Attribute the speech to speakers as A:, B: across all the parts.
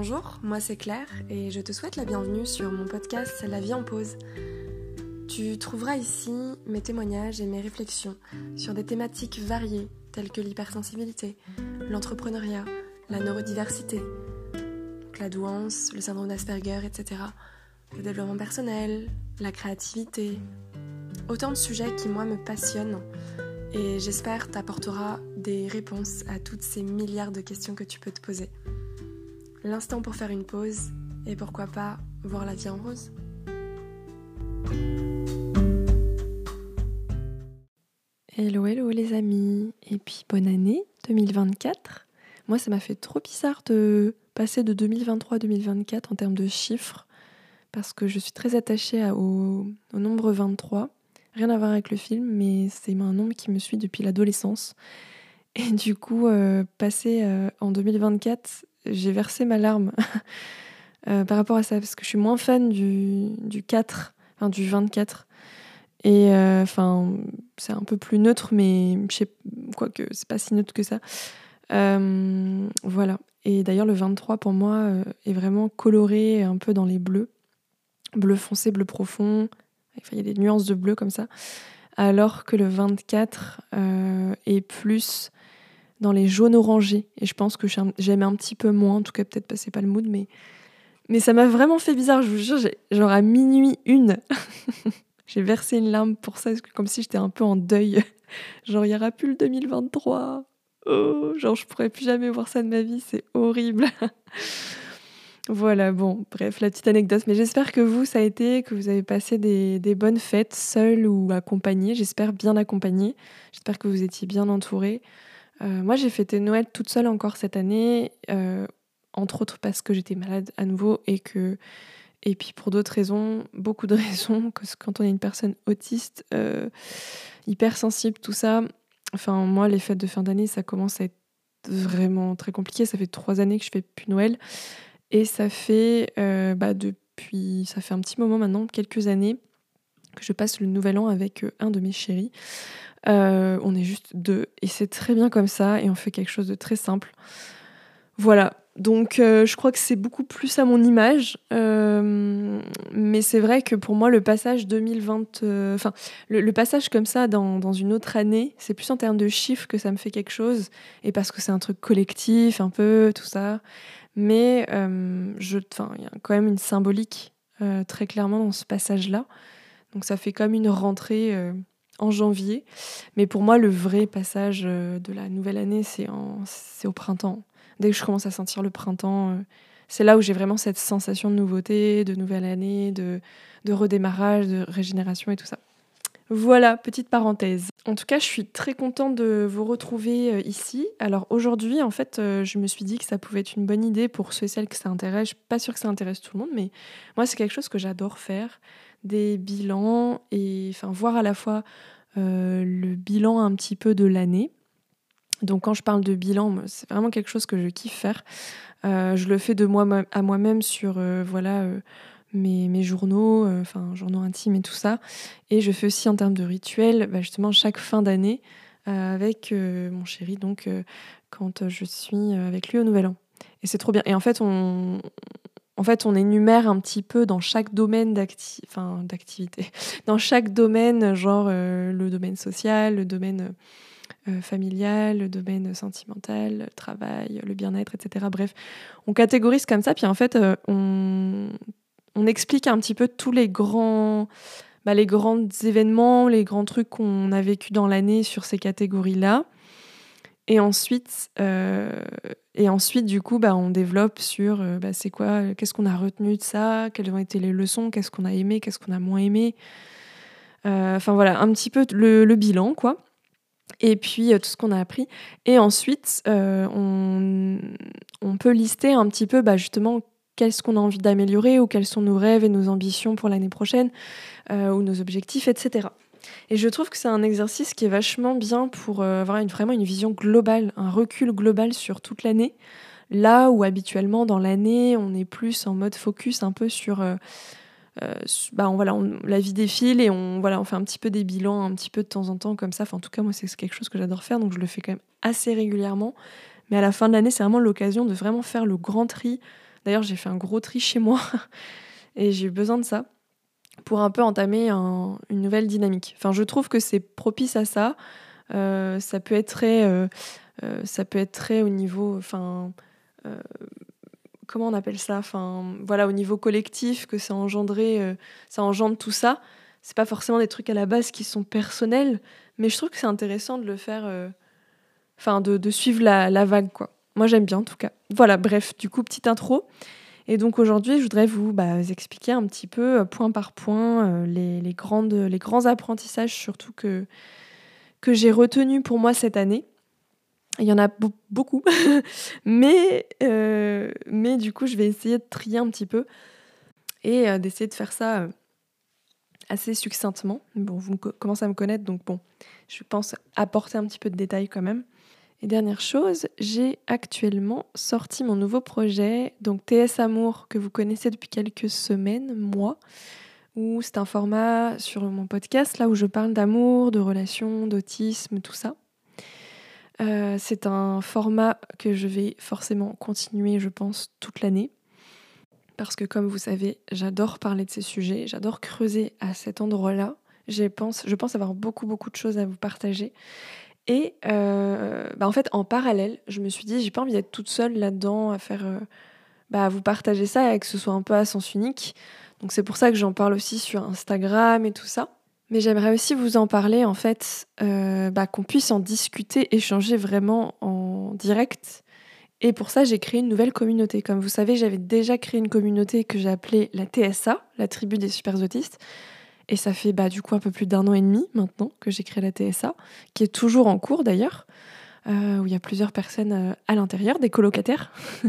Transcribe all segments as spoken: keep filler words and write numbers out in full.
A: Bonjour, moi c'est Claire et je te souhaite la bienvenue sur mon podcast La vie en pause. Tu trouveras ici mes témoignages et mes réflexions sur des thématiques variées telles que l'hypersensibilité, l'entrepreneuriat, la neurodiversité, la douance, le syndrome d'Asperger, et cetera. Le développement personnel, la créativité. Autant de sujets qui moi me passionnent et j'espère t'apportera des réponses à toutes ces milliards de questions que tu peux te poser. L'instant pour faire une pause et pourquoi pas voir la vie en rose.
B: Hello, hello les amis, et puis bonne année deux mille vingt-quatre. Moi ça m'a fait trop bizarre de passer de deux mille vingt-trois à deux mille vingt-quatre en termes de chiffres, parce que je suis très attachée à, au, au nombre vingt-trois. Rien à voir avec le film, mais c'est un nombre qui me suit depuis l'adolescence. Et du coup, euh, passer euh, en deux mille vingt-quatre, j'ai versé ma larme euh, par rapport à ça, parce que je suis moins fan du, du quatre, enfin du vingt-quatre. Et enfin, euh, c'est un peu plus neutre, mais je sais, quoique c'est pas si neutre que ça. Euh, voilà. Et d'ailleurs, le vingt-trois, pour moi, euh, est vraiment coloré un peu dans les bleus. Bleu foncé, bleu profond. Enfin, il y a des nuances de bleu comme ça. Alors que le vingt-quatre euh, est plus dans les jaunes orangés. Et je pense que j'aime un petit peu moins, en tout cas peut-être passer pas le mood, mais, mais ça m'a vraiment fait bizarre, je vous jure, j'ai, genre à minuit une, j'ai versé une larme pour ça, comme si j'étais un peu en deuil. Genre il n'y aura plus le deux mille vingt-trois, oh, genre je pourrais plus jamais voir ça de ma vie, c'est horrible. Voilà, bon, bref, la petite anecdote, mais j'espère que vous, ça a été, que vous avez passé des, des bonnes fêtes, seules ou accompagnées, j'espère bien accompagnées, j'espère que vous étiez bien entourés. Euh, moi, j'ai fêté Noël toute seule encore cette année, euh, entre autres parce que j'étais malade à nouveau et que, et puis pour d'autres raisons, beaucoup de raisons, que quand on est une personne autiste, euh, hypersensible, tout ça. Enfin, moi, les fêtes de fin d'année, ça commence à être vraiment très compliqué. Ça fait trois années que je fais plus Noël et ça fait euh, bah, depuis, ça fait un petit moment maintenant, quelques années, que je passe le nouvel an avec un de mes chéris. Euh, on est juste deux et c'est très bien comme ça et on fait quelque chose de très simple. Voilà, donc euh, je crois que c'est beaucoup plus à mon image, euh, mais c'est vrai que pour moi le passage deux mille vingt, enfin euh, le, le passage comme ça dans, dans une autre année, c'est plus en termes de chiffres que ça me fait quelque chose et parce que c'est un truc collectif un peu tout ça, mais euh, je, enfin il y a quand même une symbolique euh, très clairement dans ce passage-là, donc ça fait comme une rentrée. Euh, en janvier, mais pour moi le vrai passage de la nouvelle année c'est, en, c'est au printemps. Dès que je commence à sentir le printemps, euh, c'est là où j'ai vraiment cette sensation de nouveauté, de nouvelle année, de, de redémarrage, de régénération et tout ça. Voilà, petite parenthèse. En tout cas, je suis très contente de vous retrouver euh, ici. Alors aujourd'hui, en fait, euh, je me suis dit que ça pouvait être une bonne idée pour ceux et celles que ça intéresse. Je suis pas sûre que ça intéresse tout le monde, mais moi, c'est quelque chose que j'adore faire. Des bilans et enfin voir à la fois euh, le bilan un petit peu de l'année. Donc quand je parle de bilan, c'est vraiment quelque chose que je kiffe faire. Euh, je le fais de moi à moi-même sur euh, voilà euh, mes, mes journaux, euh, enfin journaux intimes et tout ça. Et je fais aussi en termes de rituel, bah, justement chaque fin d'année euh, avec euh, mon chéri, donc euh, quand je suis avec lui au Nouvel An. Et c'est trop bien. Et en fait, on, en fait, on énumère un petit peu dans chaque domaine d'acti- enfin, d'activité, dans chaque domaine, genre euh, le domaine social, le domaine euh, familial, le domaine sentimental, le travail, le bien-être, et cetera. Bref, on catégorise comme ça, puis en fait, euh, on, on explique un petit peu tous les grands, bah, les grands événements, les grands trucs qu'on a vécu dans l'année sur ces catégories-là. Et ensuite, euh, et ensuite, du coup, bah, on développe sur euh, bah, c'est quoi, qu'est-ce qu'on a retenu de ça, quelles ont été les leçons, qu'est-ce qu'on a aimé, qu'est-ce qu'on a moins aimé. Enfin euh, voilà, un petit peu le, le bilan, quoi. Et puis euh, tout ce qu'on a appris. Et ensuite, euh, on, on peut lister un petit peu bah, justement qu'est-ce qu'on a envie d'améliorer ou quels sont nos rêves et nos ambitions pour l'année prochaine euh, ou nos objectifs, et cetera. Et je trouve que c'est un exercice qui est vachement bien pour euh, avoir une, vraiment une vision globale, un recul global sur toute l'année. Là où habituellement dans l'année, on est plus en mode focus un peu sur... Euh, Euh, bah on, voilà, on, la vie défile et on, voilà, on fait un petit peu des bilans un petit peu de temps en temps comme ça. Enfin, en tout cas, moi, c'est quelque chose que j'adore faire, donc je le fais quand même assez régulièrement. Mais à la fin de l'année, c'est vraiment l'occasion de vraiment faire le grand tri D'ailleurs, j'ai fait un gros tri chez moi et j'ai eu besoin de ça pour un peu entamer un, une nouvelle dynamique. Enfin, je trouve que c'est propice à ça. Euh, ça peut être très, euh, euh, ça peut être très au niveau, enfin, euh, comment on appelle ça, enfin, voilà, au niveau collectif que ça engendré, euh, ça engendre tout ça. C'est pas forcément des trucs à la base qui sont personnels, mais je trouve que c'est intéressant de le faire, euh, enfin, de, de suivre la, la vague, quoi. Moi, j'aime bien en tout cas. Voilà, bref, du coup, petite intro. Et donc aujourd'hui, je voudrais vous, bah, vous expliquer un petit peu, euh, point par point, euh, les, les, grandes, les grands apprentissages surtout que, que j'ai retenus pour moi cette année. Il y en a be- beaucoup, mais, euh, mais du coup, je vais essayer de trier un petit peu et euh, d'essayer de faire ça euh, assez succinctement. Bon, vous me co- commencez à me connaître, donc bon, je pense apporter un petit peu de détails quand même. Et dernière chose, j'ai actuellement sorti mon nouveau projet, donc T S Amour, que vous connaissez depuis quelques semaines, mois, où c'est un format sur mon podcast, là où je parle d'amour, de relations, d'autisme, tout ça. Euh, c'est un format que je vais forcément continuer, je pense, toute l'année. Parce que comme vous savez, j'adore parler de ces sujets, j'adore creuser à cet endroit-là. Je pense, je pense avoir beaucoup, beaucoup de choses à vous partager. Et euh, bah en fait, en parallèle, je me suis dit, j'ai pas envie d'être toute seule là-dedans, à faire, euh, bah, à vous partager ça et que ce soit un peu à sens unique. Donc c'est pour ça que j'en parle aussi sur Instagram et tout ça. Mais j'aimerais aussi vous en parler, en fait, euh, bah, qu'on puisse en discuter, échanger vraiment en direct. Et pour ça, j'ai créé une nouvelle communauté. Comme vous savez, j'avais déjà créé une communauté que j'ai appelée la T S A, la tribu des super autistes. Et ça fait bah, du coup un peu plus d'un an et demi maintenant que j'ai créé la T S A, qui est toujours en cours d'ailleurs, euh, où il y a plusieurs personnes euh, à l'intérieur, des colocataires.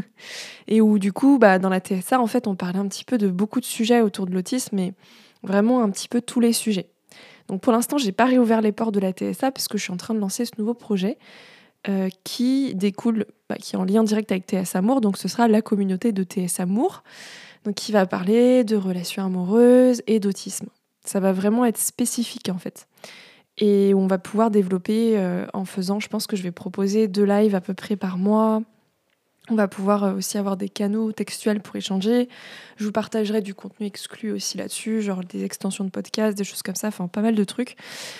B: Et où du coup, bah, dans la T S A, en fait, on parlait un petit peu de beaucoup de sujets autour de l'autisme, mais vraiment un petit peu tous les sujets. Donc pour l'instant, j'ai pas réouvert les portes de la T S A parce que je suis en train de lancer ce nouveau projet euh, qui découle, bah, qui est en lien direct avec T S Amour. Donc ce sera la communauté de T S Amour, donc qui va parler de relations amoureuses et d'autisme. Ça va vraiment être spécifique en fait. Et on va pouvoir développer euh, en faisant, je pense que je vais proposer deux lives à peu près par mois. On va pouvoir euh, aussi avoir des canaux textuels pour échanger. Je vous partagerai du contenu exclu aussi là-dessus, genre des extensions de podcast, des choses comme ça, enfin pas mal de trucs.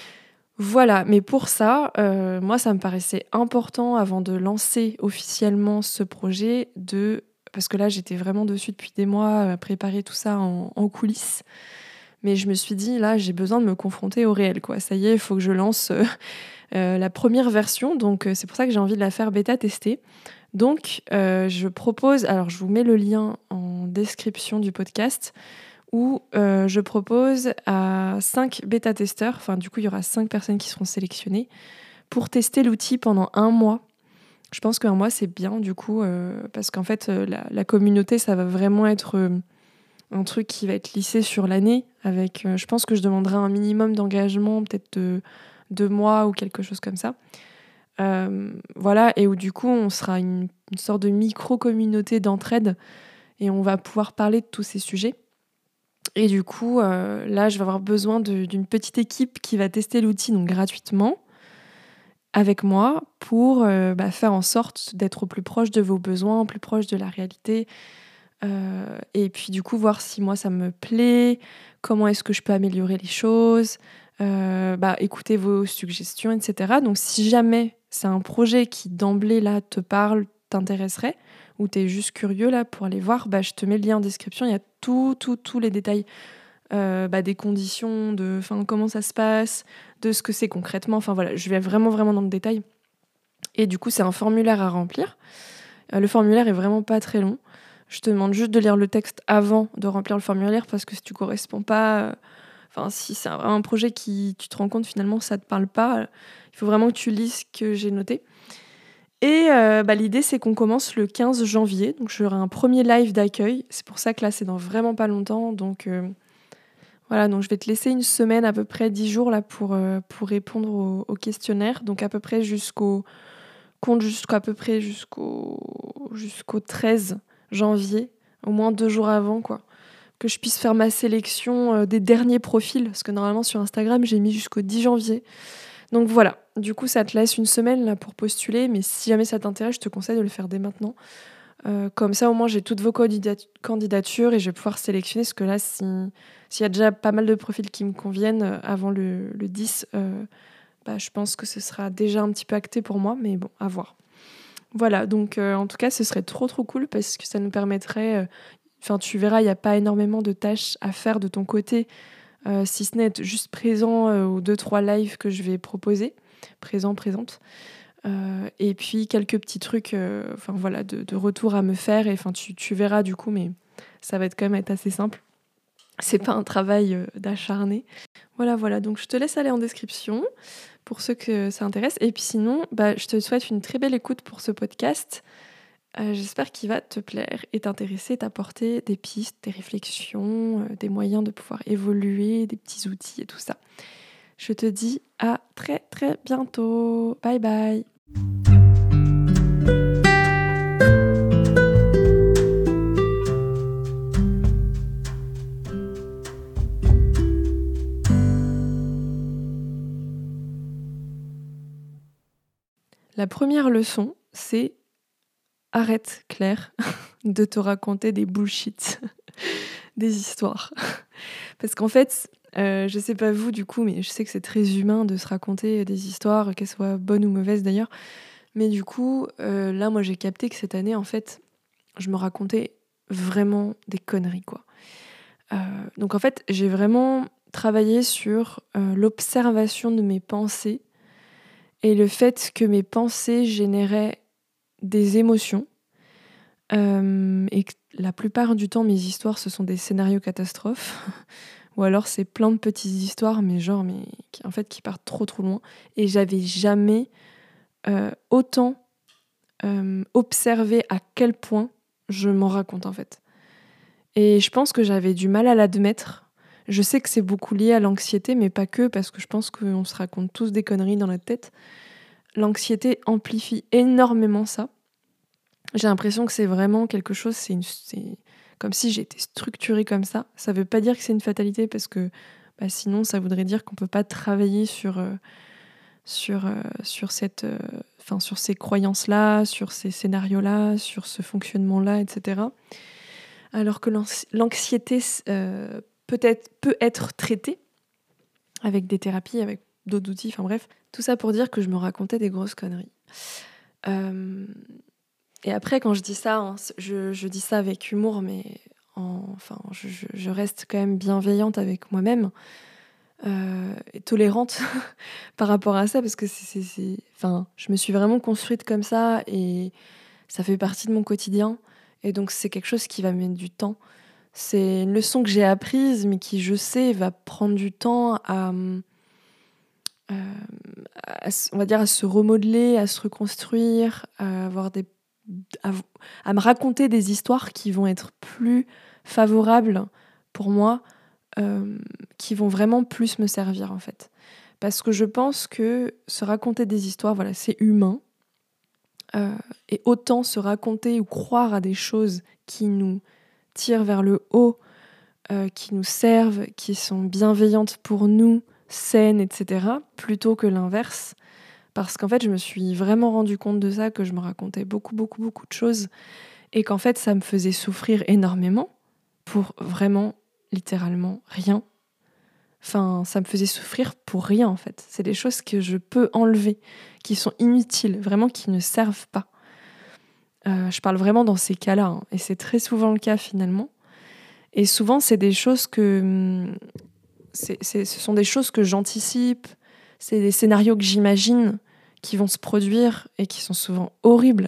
B: Voilà, mais pour ça, euh, moi ça me paraissait important avant de lancer officiellement ce projet de... Parce que là j'étais vraiment dessus depuis des mois, à préparer tout ça en, en coulisses. Mais je me suis dit, là, j'ai besoin de me confronter au réel, quoi. Ça y est, il faut que je lance euh, euh, la première version. Donc, euh, c'est pour ça que j'ai envie de la faire bêta-tester. Donc, euh, je propose... Alors, je vous mets le lien en description du podcast où euh, je propose à cinq bêta-testeurs, enfin, du coup, il y aura cinq personnes qui seront sélectionnées pour tester l'outil pendant un mois. Je pense qu'un mois, c'est bien, du coup, euh, parce qu'en fait, euh, la, la communauté, ça va vraiment être... Euh, un truc qui va être lissé sur l'année avec euh, je pense que je demanderai un minimum d'engagement, peut-être de deux mois ou quelque chose comme ça, euh, voilà, et où du coup on sera une, une sorte de micro-communauté d'entraide et on va pouvoir parler de tous ces sujets. Et du coup euh, là je vais avoir besoin de, d'une petite équipe qui va tester l'outil donc gratuitement avec moi pour euh, bah, faire en sorte d'être au plus proche de vos besoins, au plus proche de la réalité. Euh, et puis du coup voir si moi ça me plaît, comment est-ce que je peux améliorer les choses, euh, bah, écouter vos suggestions, et cetera. Donc si jamais c'est un projet qui d'emblée là te parle, t'intéresserait, ou t'es juste curieux là pour aller voir, bah, je te mets le lien en description, il y a tout, tout, tous les détails euh, bah, des conditions, de comment ça se passe, de ce que c'est concrètement, enfin voilà, je vais vraiment vraiment dans le détail. Et du coup c'est un formulaire à remplir. Euh, le formulaire est vraiment pas très long. Je te demande juste de lire le texte avant de remplir le formulaire parce que si tu corresponds pas, enfin euh, si c'est vraiment un projet qui tu te rends compte finalement ça te parle pas, euh, il faut vraiment que tu lises ce que j'ai noté. Et euh, bah, l'idée c'est qu'on commence le quinze janvier, donc j'aurai un premier live d'accueil. C'est pour ça que là c'est dans vraiment pas longtemps, donc euh, voilà, donc je vais te laisser une semaine à peu près dix jours là pour euh, pour répondre au, au questionnaire, donc à peu près jusqu'au compte jusqu'à peu près jusqu'au jusqu'au treize janvier, au moins deux jours avant, quoi, que je puisse faire ma sélection euh, des derniers profils, parce que normalement sur Instagram j'ai mis jusqu'au dix janvier. Donc voilà, du coup ça te laisse une semaine là pour postuler, mais si jamais ça t'intéresse, je te conseille de le faire dès maintenant. Euh, comme ça, au moins, j'ai toutes vos candidat- candidatures et je vais pouvoir sélectionner. Parce que là, si, s'il y a déjà pas mal de profils qui me conviennent euh, avant le, le dix, euh, bah, je pense que ce sera déjà un petit peu acté pour moi. Mais bon, à voir. Voilà, donc euh, en tout cas, ce serait trop trop cool parce que ça nous permettrait... Enfin, euh, tu verras, il n'y a pas énormément de tâches à faire de ton côté, euh, si ce n'est être juste présent euh, aux deux trois lives que je vais proposer. Présent, présente. Euh, et puis quelques petits trucs euh, enfin, voilà, de, de retour à me faire. Et enfin, tu, tu verras du coup, mais ça va être quand même être assez simple. C'est pas un travail euh, d'acharné. Voilà, voilà. Donc je te laisse aller en description pour ceux que ça intéresse. Et puis sinon, bah, je te souhaite une très belle écoute pour ce podcast. Euh, j'espère qu'il va te plaire et t'intéresser, t'apporter des pistes, des réflexions, euh, des moyens de pouvoir évoluer, des petits outils et tout ça. Je te dis à très très bientôt. Bye bye. La première leçon, c'est arrête, Claire, de te raconter des bullshit, des histoires. Parce qu'en fait, euh, je sais pas vous du coup, mais je sais que c'est très humain de se raconter des histoires, qu'elles soient bonnes ou mauvaises d'ailleurs. Mais du coup, euh, là, moi, j'ai capté que cette année, en fait, je me racontais vraiment des conneries, quoi. Euh, donc, en fait, j'ai vraiment travaillé sur euh, l'observation de mes pensées et le fait que mes pensées généraient des émotions. Euh, et que la plupart du temps, mes histoires, ce sont des scénarios catastrophes. Ou alors, c'est plein de petites histoires, mais genre, mais qui, en fait, qui partent trop, trop loin. Et j'avais jamais euh, autant euh, observé à quel point je m'en raconte, en fait. Et je pense que j'avais du mal à l'admettre. Je sais que c'est beaucoup lié à l'anxiété, mais pas que, parce que je pense qu'on se raconte tous des conneries dans notre tête. L'anxiété amplifie énormément ça. J'ai l'impression que c'est vraiment quelque chose, c'est, une, c'est comme si j'étais structurée comme ça. Ça veut pas dire que c'est une fatalité, parce que bah, sinon, ça voudrait dire qu'on peut pas travailler sur, euh, sur, euh, sur, cette, euh, enfin, sur ces croyances-là, sur ces scénarios-là, sur ce fonctionnement-là, et cetera. Alors que l'anxiété euh, peut être, peut être traitée avec des thérapies, avec d'autres outils, enfin bref. Tout ça pour dire que je me racontais des grosses conneries. Euh, et après, quand je dis ça, hein, je, je dis ça avec humour, mais en, enfin, je, je, je reste quand même bienveillante avec moi-même euh, et tolérante par rapport à ça, parce que c'est, c'est, c'est, enfin, je me suis vraiment construite comme ça et ça fait partie de mon quotidien. Et donc, c'est quelque chose qui va mettre du temps. C'est une leçon que j'ai apprise, mais qui, je sais, va prendre du temps à, euh, à, on va dire, à se remodeler, à se reconstruire, à avoir des, à, à me raconter des histoires qui vont être plus favorables pour moi, euh, qui vont vraiment plus me servir en fait. Parce que je pense que se raconter des histoires, voilà, c'est humain. Euh, et autant se raconter ou croire à des choses qui nous tirent vers le haut, euh, qui nous servent, qui sont bienveillantes pour nous, saines, et cetera, plutôt que l'inverse. Parce qu'en fait, je me suis vraiment rendu compte de ça, que je me racontais beaucoup, beaucoup, beaucoup de choses, et qu'en fait, ça me faisait souffrir énormément pour vraiment, littéralement, rien. Enfin, ça me faisait souffrir pour rien, en fait. C'est des choses que je peux enlever, qui sont inutiles, vraiment, qui ne servent pas. Euh, je parle vraiment dans ces cas-là, hein, et c'est très souvent le cas, finalement. Et souvent, c'est des choses que... C'est, c'est, ce sont des choses que j'anticipe, c'est des scénarios que j'imagine qui vont se produire et qui sont souvent horribles.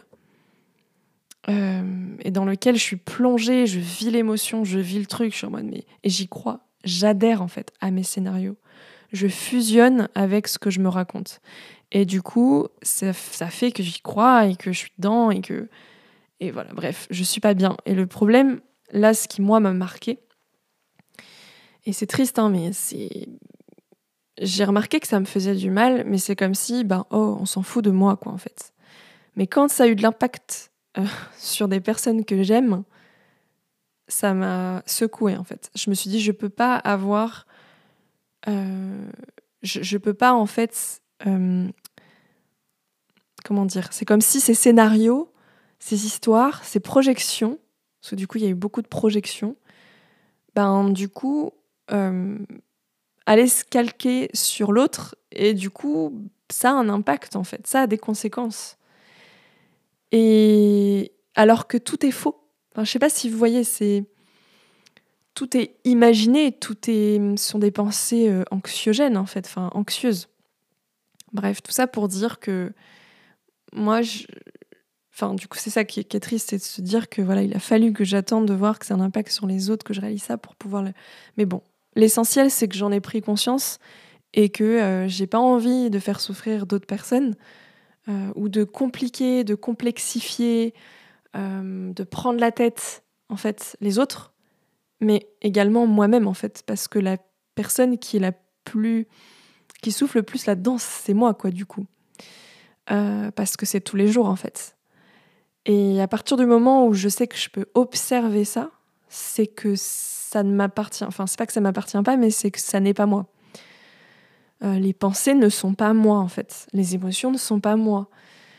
B: Euh, et dans lequel je suis plongée, je vis l'émotion, je vis le truc, je suis en mode mais... Et j'y crois, j'adhère en fait à mes scénarios. Je fusionne avec ce que je me raconte. Et du coup, ça, ça fait que j'y crois et que je suis dedans et que... Et voilà, bref, je suis pas bien. Et le problème, là, ce qui moi m'a marqué, et c'est triste, hein, mais c'est... J'ai remarqué que ça me faisait du mal, mais c'est comme si, ben, oh, on s'en fout de moi, quoi, en fait. Mais quand ça a eu de l'impact euh, sur des personnes que j'aime, ça m'a secouée, en fait. Je me suis dit, je peux pas avoir... Euh, je, je peux pas, en fait... Euh, comment dire ? C'est comme si ces scénarios, ces histoires, ces projections, parce que du coup, il y a eu beaucoup de projections, ben du coup, euh, aller se calquer sur l'autre, et du coup, ça a un impact en fait, ça a des conséquences. Et alors que tout est faux. Enfin, je sais pas si vous voyez, c'est tout est imaginé, tout est ce sont des pensées euh, anxiogènes en fait, enfin anxieuses. Bref, tout ça pour dire que moi, je... enfin du coup c'est ça qui est, qui est triste, c'est de se dire que voilà, il a fallu que j'attende de voir que c'est un impact sur les autres, que je réalise ça pour pouvoir le. Mais bon, l'essentiel c'est que j'en ai pris conscience et que euh, j'ai pas envie de faire souffrir d'autres personnes euh, ou de compliquer, de complexifier, euh, de prendre la tête en fait les autres, mais également moi-même en fait, parce que la personne qui est la plus qui souffle le plus là-dedans, c'est moi quoi du coup, euh, parce que c'est tous les jours en fait. Et à partir du moment où je sais que je peux observer ça, c'est que ça ne m'appartient, enfin c'est pas que ça m'appartient pas, mais c'est que ça n'est pas moi. Euh, les pensées ne sont pas moi en fait, les émotions ne sont pas moi.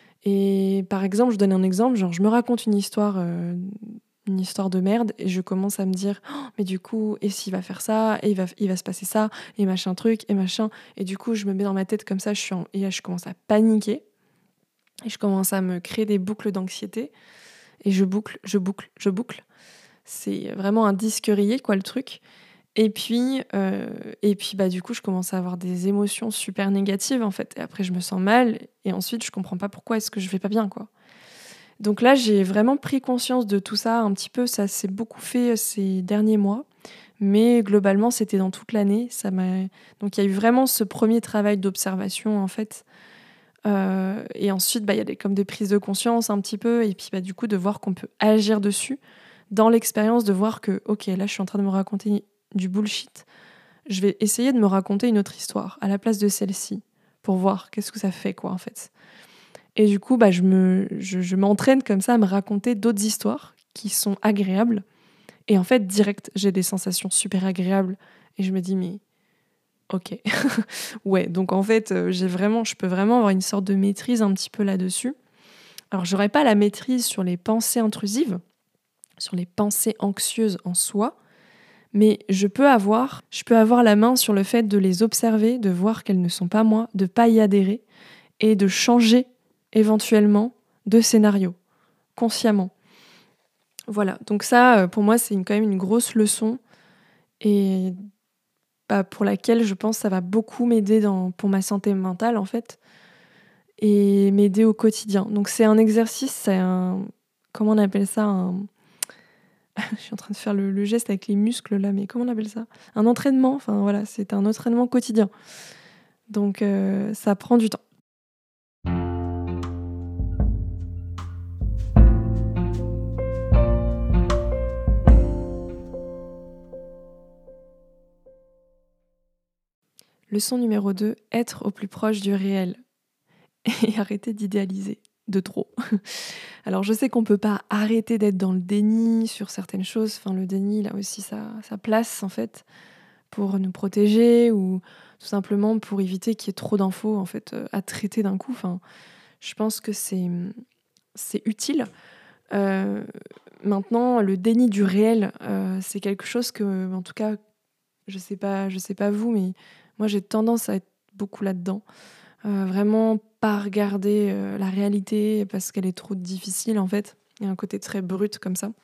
B: Et par exemple, je donne un exemple, genre je me raconte une histoire, euh, une histoire de merde, et je commence à me dire, oh, mais du coup, et s'il va faire ça, et il va, il va se passer ça, et machin truc, et machin, et du coup, je me mets dans ma tête comme ça, je suis en... et là, je commence à paniquer, et je commence à me créer des boucles d'anxiété, et je boucle, je boucle, je boucle. C'est vraiment un disque rayé, quoi, le truc. Et puis, euh, et puis bah, du coup, je commence à avoir des émotions super négatives, en fait. Et après, je me sens mal. Et ensuite, je comprends pas pourquoi est-ce que je vais pas bien, quoi. Donc là, j'ai vraiment pris conscience de tout ça un petit peu. Ça s'est beaucoup fait ces derniers mois. Mais globalement, c'était dans toute l'année. Ça m'a... Donc il y a eu vraiment ce premier travail d'observation, en fait. Euh, et ensuite, bah, il y a des, comme des prises de conscience un petit peu. Et puis, bah, du coup, de voir qu'on peut agir dessus. Dans l'expérience, de voir que, ok, là, je suis en train de me raconter du bullshit, je vais essayer de me raconter une autre histoire à la place de celle-ci pour voir qu'est-ce que ça fait, quoi, en fait. Et du coup, bah, je, me, je, je m'entraîne comme ça à me raconter d'autres histoires qui sont agréables. Et en fait, direct, j'ai des sensations super agréables. Et je me dis, mais ok. Ouais, donc en fait, euh, j'ai vraiment, je peux vraiment avoir une sorte de maîtrise un petit peu là-dessus. Alors, j'aurais pas la maîtrise sur les pensées intrusives, sur les pensées anxieuses en soi, mais je peux avoir, je peux avoir la main sur le fait de les observer, de voir qu'elles ne sont pas moi, de pas y adhérer et de changer éventuellement de scénario, consciemment. Voilà, donc ça, pour moi, c'est une, quand même une grosse leçon et bah, pour laquelle je pense que ça va beaucoup m'aider dans, pour ma santé mentale, en fait, et m'aider au quotidien. Donc c'est un exercice, c'est un... Comment on appelle ça un... Je suis en train de faire le, le geste avec les muscles là, mais comment on appelle ça? Un entraînement, enfin voilà, c'est un entraînement quotidien. Donc euh, ça prend du temps. Leçon numéro deux, être au plus proche du réel et arrêter d'idéaliser de trop. Alors je sais qu'on peut pas arrêter d'être dans le déni sur certaines choses, enfin le déni il a aussi sa, sa place en fait pour nous protéger ou tout simplement pour éviter qu'il y ait trop d'infos en fait euh, à traiter d'un coup. Enfin, je pense que c'est, c'est utile. Euh, maintenant, le déni du réel, euh, c'est quelque chose que, en tout cas, je sais pas, je sais pas vous, mais moi j'ai tendance à être beaucoup là-dedans. Euh, vraiment pas regarder euh, la réalité parce qu'elle est trop difficile en fait. Il y a un côté très brut comme ça.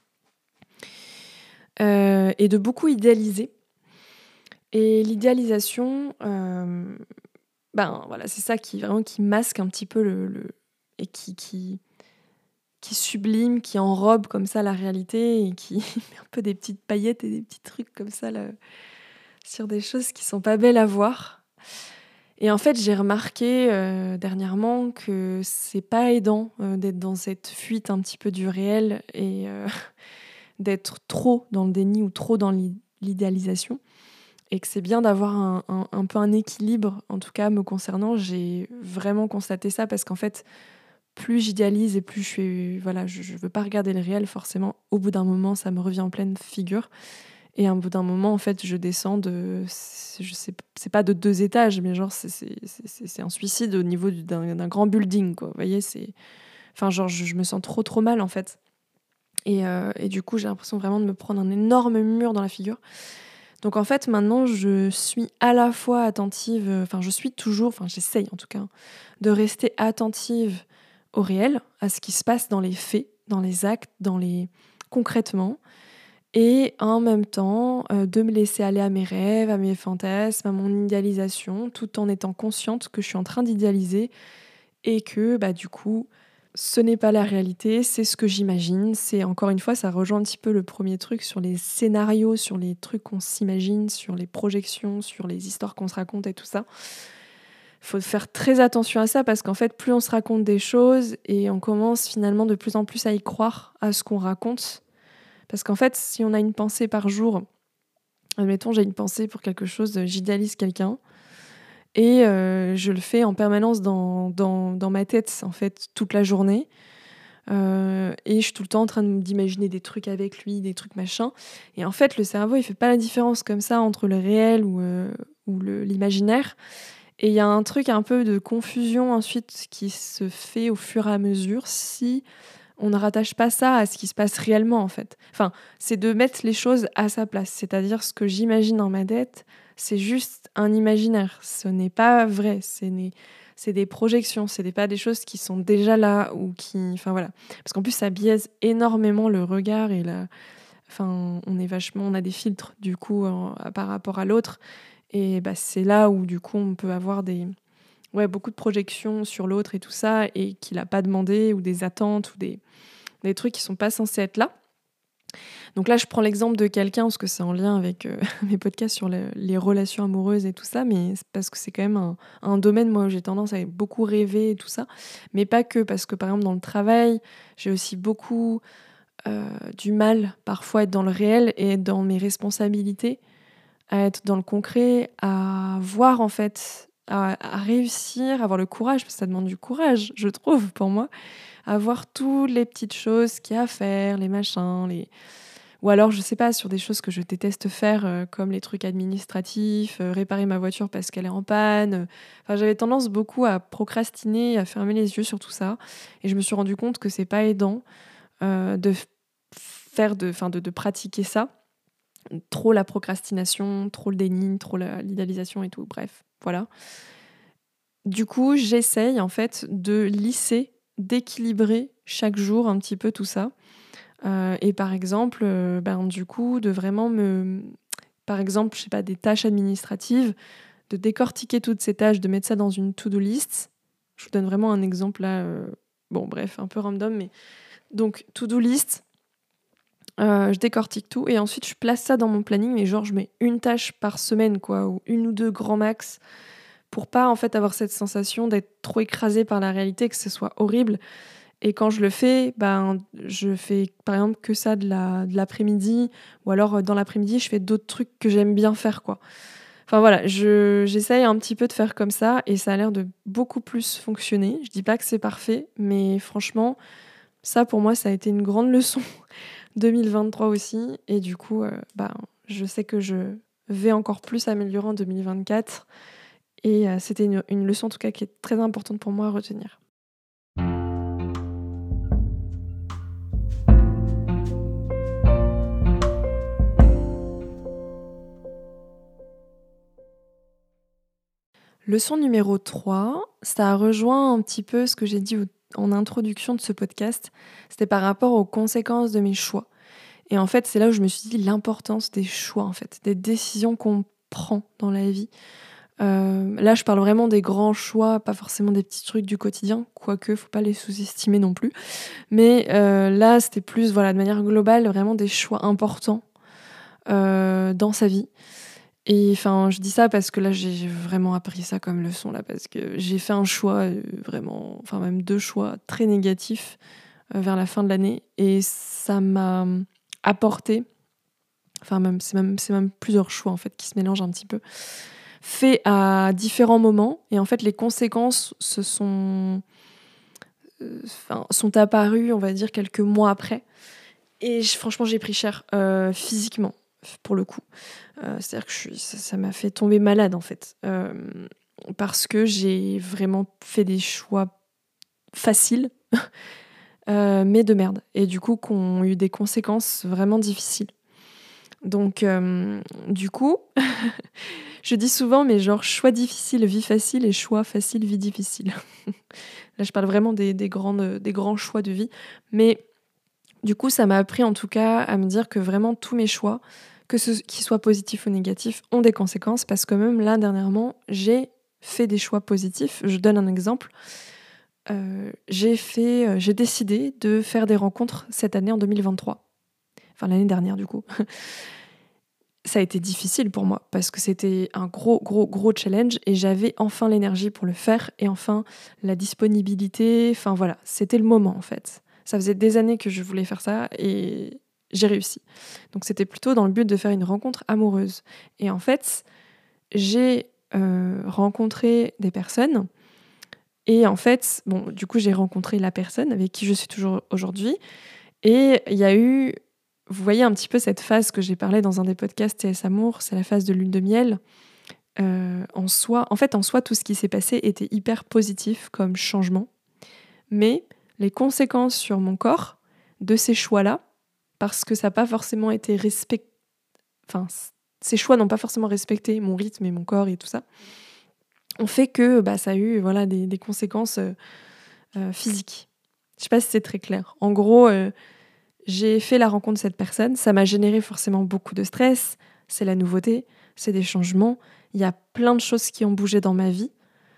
B: Euh, et de beaucoup idéaliser. Et l'idéalisation, euh, ben voilà, c'est ça qui vraiment qui masque un petit peu le, le et qui, qui qui sublime, qui enrobe comme ça la réalité et qui met un peu des petites paillettes et des petits trucs comme ça là, sur des choses qui sont pas belles à voir. Et en fait, j'ai remarqué euh, dernièrement que c'est pas aidant euh, d'être dans cette fuite un petit peu du réel et euh, d'être trop dans le déni ou trop dans l'idéalisation. Et que c'est bien d'avoir un, un, un peu un équilibre, en tout cas me concernant. J'ai vraiment constaté ça parce qu'en fait, plus j'idéalise et plus je suis, voilà, je, je veux pas regarder le réel forcément. Au bout d'un moment, ça me revient en pleine figure. Et au bout d'un moment, en fait, je descends de, je sais, c'est pas de deux étages, mais genre c'est c'est c'est, c'est un suicide au niveau d'un, d'un grand building, quoi. Vous voyez, c'est, Enfin, genre, je, je me sens trop, trop mal, en fait. Et, euh, et du coup, j'ai l'impression vraiment de me prendre un énorme mur dans la figure. Donc, en fait, maintenant, je suis à la fois attentive, enfin, je suis toujours, enfin, j'essaye en tout cas, de rester attentive au réel, à ce qui se passe dans les faits, dans les actes, dans les concrètement, et en même temps, euh, de me laisser aller à mes rêves, à mes fantasmes, à mon idéalisation, tout en étant consciente que je suis en train d'idéaliser et que, bah, du coup, ce n'est pas la réalité, c'est ce que j'imagine. C'est encore une fois, ça rejoint un petit peu le premier truc sur les scénarios, sur les trucs qu'on s'imagine, sur les projections, sur les histoires qu'on se raconte et tout ça. Il faut faire très attention à ça parce qu'en fait, plus on se raconte des choses et on commence finalement de plus en plus à y croire à ce qu'on raconte. Parce qu'en fait, si on a une pensée par jour, admettons, j'ai une pensée pour quelque chose, j'idéalise quelqu'un et euh, je le fais en permanence dans, dans, dans ma tête, en fait, toute la journée. Euh, et je suis tout le temps en train d'imaginer des trucs avec lui, des trucs machin. Et en fait, le cerveau, il fait pas la différence comme ça entre le réel ou, euh, ou le, l'imaginaire. Et il y a un truc un peu de confusion ensuite qui se fait au fur et à mesure si on ne rattache pas ça à ce qui se passe réellement, en fait. Enfin, c'est de mettre les choses à sa place. C'est-à-dire, ce que j'imagine dans ma tête, c'est juste un imaginaire. Ce n'est pas vrai. C'est, c'est des projections. Ce n'est pas des choses qui sont déjà là ou qui... Enfin, voilà. Parce qu'en plus, ça biaise énormément le regard et la... Enfin, on est vachement... On a des filtres, du coup, en... par rapport à l'autre. Et bah, c'est là où, du coup, on peut avoir des... Ouais, beaucoup de projections sur l'autre et tout ça, et qu'il n'a pas demandé, ou des attentes, ou des, des trucs qui ne sont pas censés être là. Donc là, je prends l'exemple de quelqu'un, parce que c'est en lien avec euh, mes podcasts sur le, les relations amoureuses et tout ça, mais c'est parce que c'est quand même un, un domaine, moi, où j'ai tendance à beaucoup rêver et tout ça. Mais pas que, parce que par exemple, dans le travail, j'ai aussi beaucoup euh, du mal, parfois, à être dans le réel et être dans mes responsabilités, à être dans le concret, à voir, en fait... À, à réussir, à avoir le courage, parce que ça demande du courage, je trouve, pour moi, à voir toutes les petites choses qu'il y a à faire, les machins, les... ou alors, je sais pas, sur des choses que je déteste faire, euh, comme les trucs administratifs, euh, réparer ma voiture parce qu'elle est en panne. euh. Enfin, j'avais tendance beaucoup à procrastiner, à fermer les yeux sur tout ça, et je me suis rendu compte que c'est pas aidant euh, de faire, de, enfin, de, de pratiquer ça. Trop la procrastination, trop le déni, trop la, l'idéalisation et tout, bref, voilà. Du coup, j'essaye en fait de lisser, d'équilibrer chaque jour un petit peu tout ça. Euh, et par exemple, euh, ben, du coup, de vraiment me... Par exemple, je sais pas, des tâches administratives, de décortiquer toutes ces tâches, de mettre ça dans une to-do list. Je vous donne vraiment un exemple là, euh, bon bref, un peu random, mais... Donc, to-do list, Euh, je décortique tout et ensuite je place ça dans mon planning, mais genre je mets une tâche par semaine, quoi, ou une ou deux grand max, pour pas en fait avoir cette sensation d'être trop écrasée par la réalité, que ce soit horrible. Et quand je le fais, ben je fais par exemple que ça de la de l'après-midi, ou alors euh, dans l'après-midi je fais d'autres trucs que j'aime bien faire, quoi. Enfin voilà, je j'essaye un petit peu de faire comme ça et ça a l'air de beaucoup plus fonctionner. Je dis pas que c'est parfait, mais franchement, ça pour moi ça a été une grande leçon. deux mille vingt-trois aussi, et du coup, euh, bah, je sais que je vais encore plus améliorer en deux mille vingt-quatre, et euh, c'était une, une leçon en tout cas qui est très importante pour moi à retenir. Leçon numéro trois, ça rejoint un petit peu ce que j'ai dit en introduction de ce podcast, c'était par rapport aux conséquences de mes choix. Et en fait, c'est là où je me suis dit l'importance des choix, en fait, des décisions qu'on prend dans la vie. Euh, là, je parle vraiment des grands choix, pas forcément des petits trucs du quotidien, quoique, faut pas les sous-estimer non plus. Mais euh, là, c'était plus, voilà, de manière globale, vraiment des choix importants euh, dans sa vie. Et enfin, je dis ça parce que là, j'ai vraiment appris ça comme leçon, là, parce que j'ai fait un choix euh, vraiment, enfin même deux choix très négatifs euh, vers la fin de l'année, et ça m'a apporté, enfin même c'est même c'est même plusieurs choix en fait qui se mélangent un petit peu, fait à différents moments, et en fait les conséquences se sont euh, enfin, sont apparues, on va dire, quelques mois après, et je, franchement j'ai pris cher euh, physiquement pour le coup. Euh, c'est-à-dire que je suis, ça, ça m'a fait tomber malade en fait, euh, parce que j'ai vraiment fait des choix faciles euh, mais de merde. Et du coup, qui ont eu des conséquences vraiment difficiles. Donc, euh, du coup, je dis souvent, mais genre, choix difficile, vie facile, et choix facile, vie difficile. Là, je parle vraiment des, des, grandes, des grands choix de vie. Mais du coup, ça m'a appris en tout cas à me dire que vraiment tous mes choix, que ce, qu'ils soient positifs ou négatifs, ont des conséquences. Parce que même là, dernièrement, j'ai fait des choix positifs. Je donne un exemple. Euh, j'ai, fait, euh, j'ai décidé de faire des rencontres cette année en deux mille vingt-trois. Enfin, l'année dernière, du coup. Ça a été difficile pour moi parce que c'était un gros, gros, gros challenge et j'avais enfin l'énergie pour le faire et enfin la disponibilité. Enfin voilà, c'était le moment en fait. Ça faisait des années que je voulais faire ça et j'ai réussi. Donc c'était plutôt dans le but de faire une rencontre amoureuse. Et en fait, j'ai euh, rencontré des personnes et en fait, bon, du coup, j'ai rencontré la personne avec qui je suis toujours aujourd'hui et il y a eu... Vous voyez un petit peu cette phase que j'ai parlé dans un des podcasts T S Amour, c'est la phase de lune de miel. Euh, en soi, en fait, en soi, tout ce qui s'est passé était hyper positif comme changement. Mais les conséquences sur mon corps de ces choix-là, parce que ça n'a pas forcément été respecté, enfin, ces choix n'ont pas forcément respecté mon rythme et mon corps et tout ça, ont fait que bah, ça a eu voilà, des, des conséquences euh, euh, physiques. Je ne sais pas si c'est très clair. En gros... Euh, J'ai fait la rencontre de cette personne, ça m'a généré forcément beaucoup de stress, c'est la nouveauté, c'est des changements, il y a plein de choses qui ont bougé dans ma vie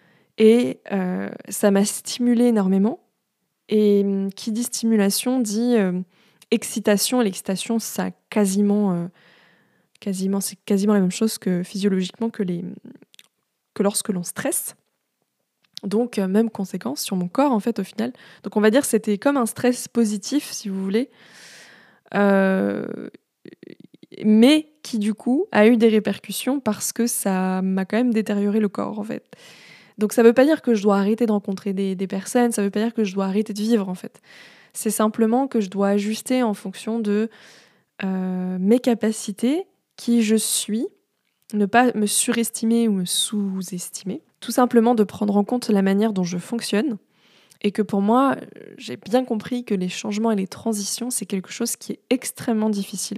B: et euh, ça m'a stimulée énormément. Et qui dit stimulation dit euh, excitation, et l'excitation, ça a quasiment, euh, quasiment, c'est quasiment la même chose que physiologiquement que, les, que lorsque l'on stresse. Donc, euh, même conséquence sur mon corps, en fait, au final. Donc, on va dire que c'était comme un stress positif, si vous voulez, euh, mais qui, du coup, a eu des répercussions parce que ça m'a quand même détérioré le corps, en fait. Donc, ça ne veut pas dire que je dois arrêter de rencontrer des, des personnes, ça ne veut pas dire que je dois arrêter de vivre, en fait. C'est simplement que je dois ajuster en fonction de euh, mes capacités, qui je suis, ne pas me surestimer ou me sous-estimer, tout simplement de prendre en compte la manière dont je fonctionne et que pour moi, j'ai bien compris que les changements et les transitions, c'est quelque chose qui est extrêmement difficile.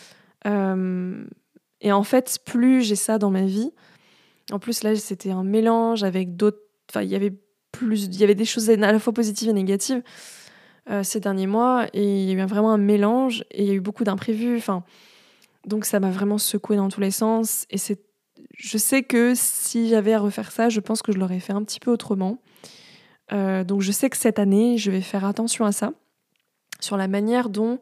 B: Euh, et en fait, plus j'ai ça dans ma vie, en plus là, c'était un mélange avec d'autres, enfin, il y avait plus, il y avait des choses à la fois positives et négatives euh, ces derniers mois et il y a eu vraiment un mélange et il y a eu beaucoup d'imprévus, enfin... Donc ça m'a vraiment secouée dans tous les sens. Et c'est... je sais que si j'avais à refaire ça, je pense que je l'aurais fait un petit peu autrement. Euh, donc je sais que cette année, je vais faire attention à ça, sur la manière dont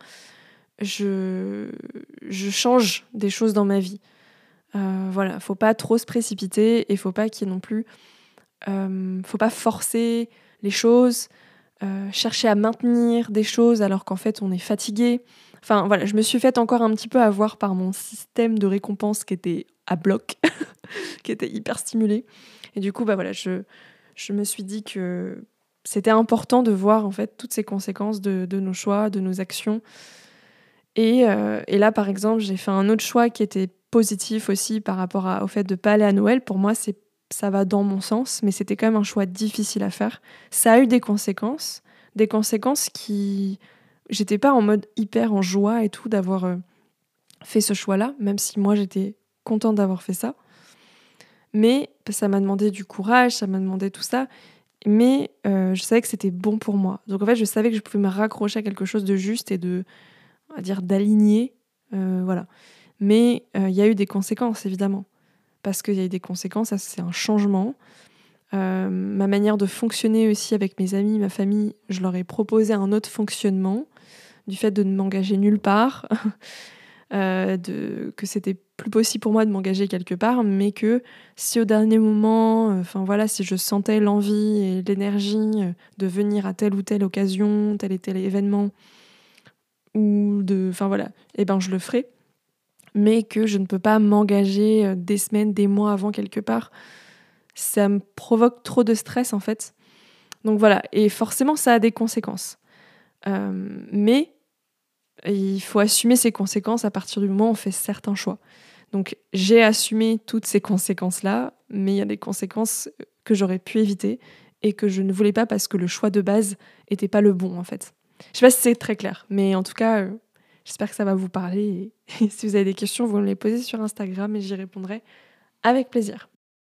B: je, je change des choses dans ma vie. Euh, voilà, faut pas trop se précipiter et faut pas qu'il y ait non plus... Euh, faut pas forcer les choses, euh, chercher à maintenir des choses alors qu'en fait on est fatigué. Enfin voilà, je me suis faite encore un petit peu avoir par mon système de récompense qui était à bloc, qui était hyper stimulé. Et du coup, bah voilà, je, je me suis dit que c'était important de voir en fait toutes ces conséquences de, de nos choix, de nos actions. Et, euh, et là, par exemple, j'ai fait un autre choix qui était positif aussi par rapport à, au fait de ne pas aller à Noël. Pour moi, c'est, ça va dans mon sens, mais c'était quand même un choix difficile à faire. Ça a eu des conséquences, des conséquences qui... J'étais pas en mode hyper en joie et tout d'avoir euh, fait ce choix-là, même si moi j'étais contente d'avoir fait ça. Mais ça m'a demandé du courage, ça m'a demandé tout ça. Mais euh, je savais que c'était bon pour moi. Donc en fait, je savais que je pouvais me raccrocher à quelque chose de juste et de, on va dire, d'aligné. Euh, voilà. Mais il euh, y a eu des conséquences, évidemment. Parce qu'il y a eu des conséquences, ça, c'est un changement. Euh, ma manière de fonctionner aussi avec mes amis, ma famille, je leur ai proposé un autre fonctionnement, du fait de ne m'engager nulle part, euh, de, que c'était plus possible pour moi de m'engager quelque part, mais que si au dernier moment, enfin euh, voilà, si je sentais l'envie et l'énergie de venir à telle ou telle occasion, tel et tel événement, ou de, enfin voilà, eh ben je le ferai, mais que je ne peux pas m'engager des semaines, des mois avant quelque part. Ça me provoque trop de stress en fait. Donc voilà, et forcément ça a des conséquences. Euh, mais il faut assumer ces conséquences à partir du moment où on fait certains choix. Donc j'ai assumé toutes ces conséquences-là, mais il y a des conséquences que j'aurais pu éviter et que je ne voulais pas parce que le choix de base n'était pas le bon en fait. Je sais pas si c'est très clair, mais en tout cas, euh, j'espère que ça va vous parler. Et, et si vous avez des questions, vous me les posez sur Instagram et j'y répondrai avec plaisir.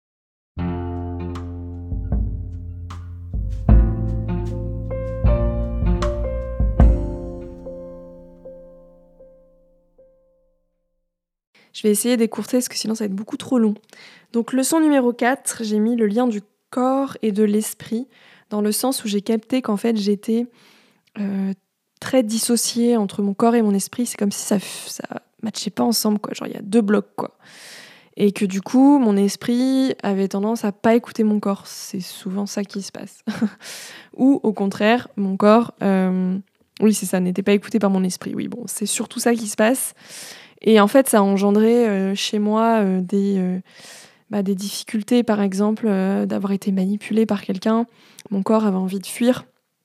B: Je vais essayer d'écourter parce que sinon ça va être beaucoup trop long. Donc leçon numéro quatre, j'ai mis le lien du corps et de l'esprit dans le sens où j'ai capté qu'en fait j'étais euh, très dissociée entre mon corps et mon esprit. C'est comme si ça ça matchait pas ensemble, quoi. Genre il y a deux blocs, quoi. Et que du coup mon esprit avait tendance à pas écouter mon corps. C'est souvent ça qui se passe. Ou au contraire, mon corps, euh, oui c'est ça, n'était pas écouté par mon esprit. Oui bon, c'est surtout ça qui se passe. Et en fait, ça a engendré euh, chez moi euh, des, euh, bah, des difficultés, par exemple, euh, d'avoir été manipulée par quelqu'un. Mon corps avait envie de fuir.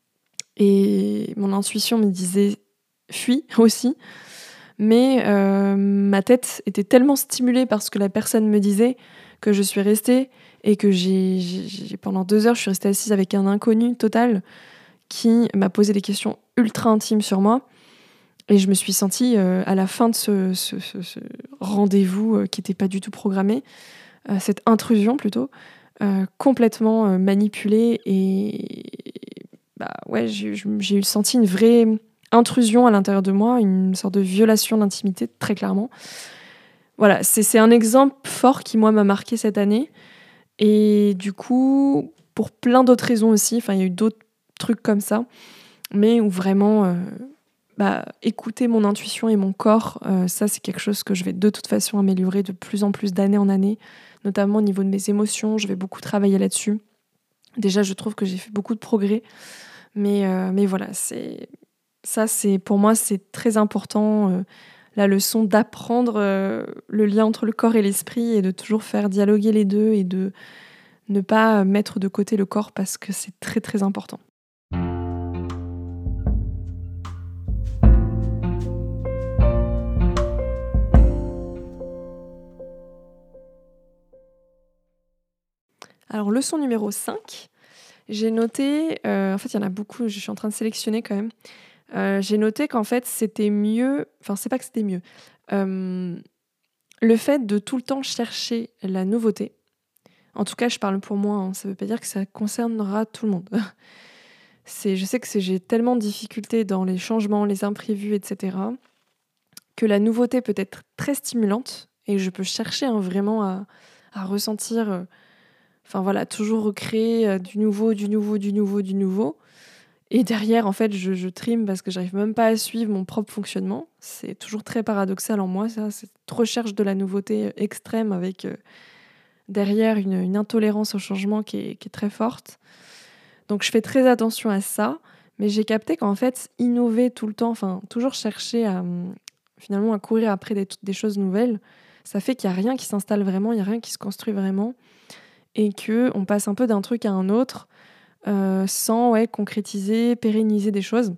B: Et mon intuition me disait fuis aussi. Mais euh, ma tête était tellement stimulée par ce que la personne me disait que je suis restée et que j'ai, j'ai, pendant deux heures, je suis restée assise avec un inconnu total qui m'a posé des questions ultra intimes sur moi. Et je me suis sentie, euh, à la fin de ce, ce, ce, ce rendez-vous euh, qui n'était pas du tout programmé, euh, cette intrusion plutôt, euh, complètement euh, manipulée. Et bah, ouais, j'ai, j'ai eu senti une vraie intrusion à l'intérieur de moi, une sorte de violation d'intimité, très clairement. Voilà, c'est, c'est un exemple fort qui, moi, m'a marqué cette année. Et du coup, pour plein d'autres raisons aussi, enfin, il y a eu d'autres trucs comme ça, mais où vraiment... Euh, Bah, écouter mon intuition et mon corps, euh, ça c'est quelque chose que je vais de toute façon améliorer de plus en plus d'année en année, notamment au niveau de mes émotions, je vais beaucoup travailler là-dessus. Déjà, je trouve que j'ai fait beaucoup de progrès, mais, euh, mais voilà, c'est, ça c'est, pour moi c'est très important, euh, la leçon d'apprendre euh, le lien entre le corps et l'esprit et de toujours faire dialoguer les deux et de ne pas mettre de côté le corps parce que c'est très très important. Alors, leçon numéro cinq, j'ai noté, euh, en fait, il y en a beaucoup, je suis en train de sélectionner quand même. Euh, j'ai noté qu'en fait, c'était mieux, enfin, c'est pas que c'était mieux, euh, le fait de tout le temps chercher la nouveauté. En tout cas, je parle pour moi, hein, ça veut pas dire que ça concernera tout le monde. c'est, je sais que c'est, j'ai tellement de difficultés dans les changements, les imprévus, et cetera, que la nouveauté peut être très stimulante et je peux chercher hein, vraiment à, à ressentir. Euh, Enfin voilà, toujours recréer euh, du nouveau, du nouveau, du nouveau, du nouveau. Et derrière, en fait, je, je trime parce que j'arrive même pas à suivre mon propre fonctionnement. C'est toujours très paradoxal en moi, ça. Cette recherche de la nouveauté euh, extrême avec euh, derrière une, une intolérance au changement qui est, qui est très forte. Donc je fais très attention à ça. Mais j'ai capté qu'en fait, innover tout le temps, enfin, toujours chercher à hum, finalement à courir après des, des choses nouvelles, ça fait qu'il n'y a rien qui s'installe vraiment, il n'y a rien qui se construit vraiment. Et qu'on passe un peu d'un truc à un autre euh, sans ouais, concrétiser, pérenniser des choses.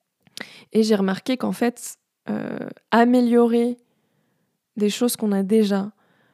B: Et j'ai remarqué qu'en fait, euh, améliorer des choses qu'on a déjà,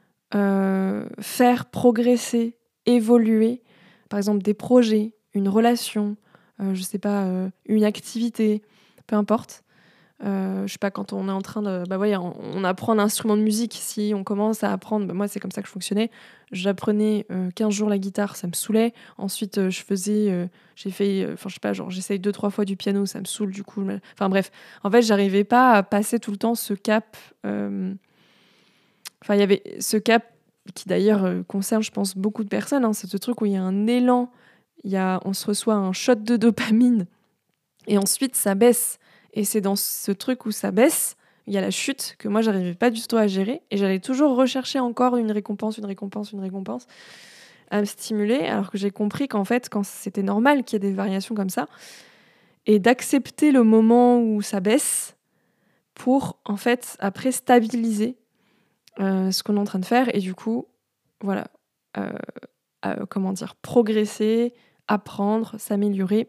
B: euh, faire progresser, évoluer, par exemple des projets, une relation, euh, je sais pas, euh, une activité, peu importe. Euh, je sais pas, quand on est en train de... Bah ouais, on, on apprend un instrument de musique. Si on commence à apprendre... Bah moi, c'est comme ça que je fonctionnais. J'apprenais euh, quinze jours la guitare, ça me saoulait. Ensuite, euh, je faisais... Euh, j'ai fait... Enfin, euh, je sais pas, genre, j'essaye deux, trois fois du piano, ça me saoule, du coup. Me... Enfin, bref. En fait, j'arrivais pas à passer tout le temps ce cap... Euh... Enfin, il y avait ce cap qui, d'ailleurs, euh, concerne, je pense, beaucoup de personnes. Hein. C'est ce truc où il y a un élan, il y a... on se reçoit un shot de dopamine. Et ensuite, ça baisse. Et c'est dans ce truc où ça baisse, il y a la chute que moi, j'arrivais pas du tout à gérer. Et j'allais toujours rechercher encore une récompense, une récompense, une récompense, à me stimuler, alors que j'ai compris qu'en fait, quand c'était normal qu'il y ait des variations comme ça, et d'accepter le moment où ça baisse pour, en fait, après, stabiliser euh, ce qu'on est en train de faire. Et du coup, voilà, euh, euh, comment dire, progresser, apprendre, s'améliorer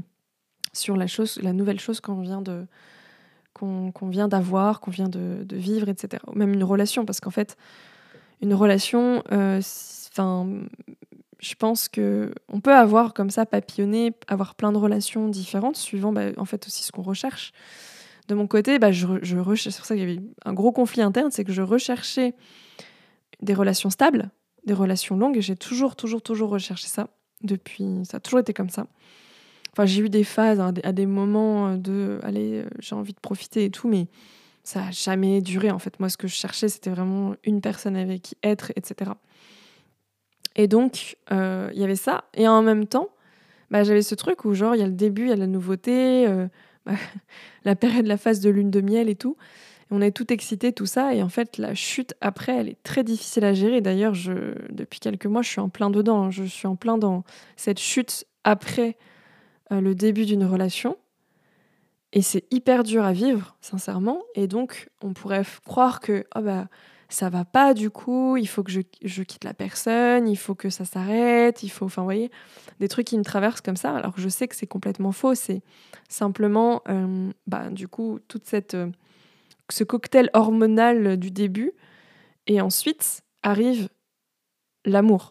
B: sur la chose, la nouvelle chose qu'on vient de qu'on, qu'on vient d'avoir, qu'on vient de, de vivre, et cetera. Ou même une relation, parce qu'en fait, une relation, enfin, euh, je pense qu'on peut avoir comme ça, papillonner, avoir plein de relations différentes, suivant bah, en fait aussi ce qu'on recherche. De mon côté, bah, je, je recherche, c'est pour ça qu'il y avait un gros conflit interne, c'est que je recherchais des relations stables, des relations longues, et j'ai toujours, toujours, toujours recherché ça. Depuis, ça a toujours été comme ça. Enfin, j'ai eu des phases, hein, à des moments de, allez, j'ai envie de profiter et tout, mais ça n'a jamais duré, en fait. Moi, ce que je cherchais, c'était vraiment une personne avec qui être, et cetera. Et donc, il euh, y avait ça. Et en même temps, bah, j'avais ce truc où, genre, il y a le début, il y a la nouveauté, euh, bah, la période, la phase de lune de miel et tout. Et on est tout excité, tout ça. Et en fait, la chute après, elle est très difficile à gérer. D'ailleurs, je, depuis quelques mois, je suis en plein dedans. Hein. Je suis en plein dans cette chute après euh, le début d'une relation. Et c'est hyper dur à vivre, sincèrement. Et donc, on pourrait f- croire que oh bah, ça va pas du coup, il faut que je, je quitte la personne, il faut que ça s'arrête, il faut... Enfin, vous voyez, des trucs qui me traversent comme ça. Alors que je sais que c'est complètement faux. C'est simplement, euh, bah, du coup, toute cette... euh, ce cocktail hormonal du début. Et ensuite arrive l'amour.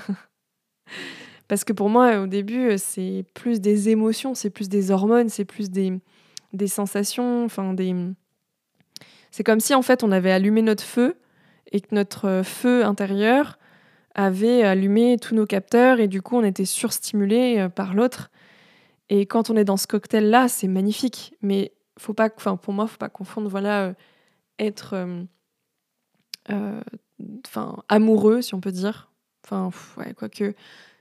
B: Parce que pour moi, au début, c'est plus des émotions, c'est plus des hormones, c'est plus des, des sensations, enfin des... C'est comme si, en fait, on avait allumé notre feu et que notre feu intérieur avait allumé tous nos capteurs et du coup, on était surstimulé par l'autre. Et quand on est dans ce cocktail-là, c'est magnifique. Mais faut pas, enfin, pour moi, faut pas confondre, voilà, euh, être... euh, euh, enfin, amoureux, si on peut dire. Enfin, pff, ouais, quoique... euh,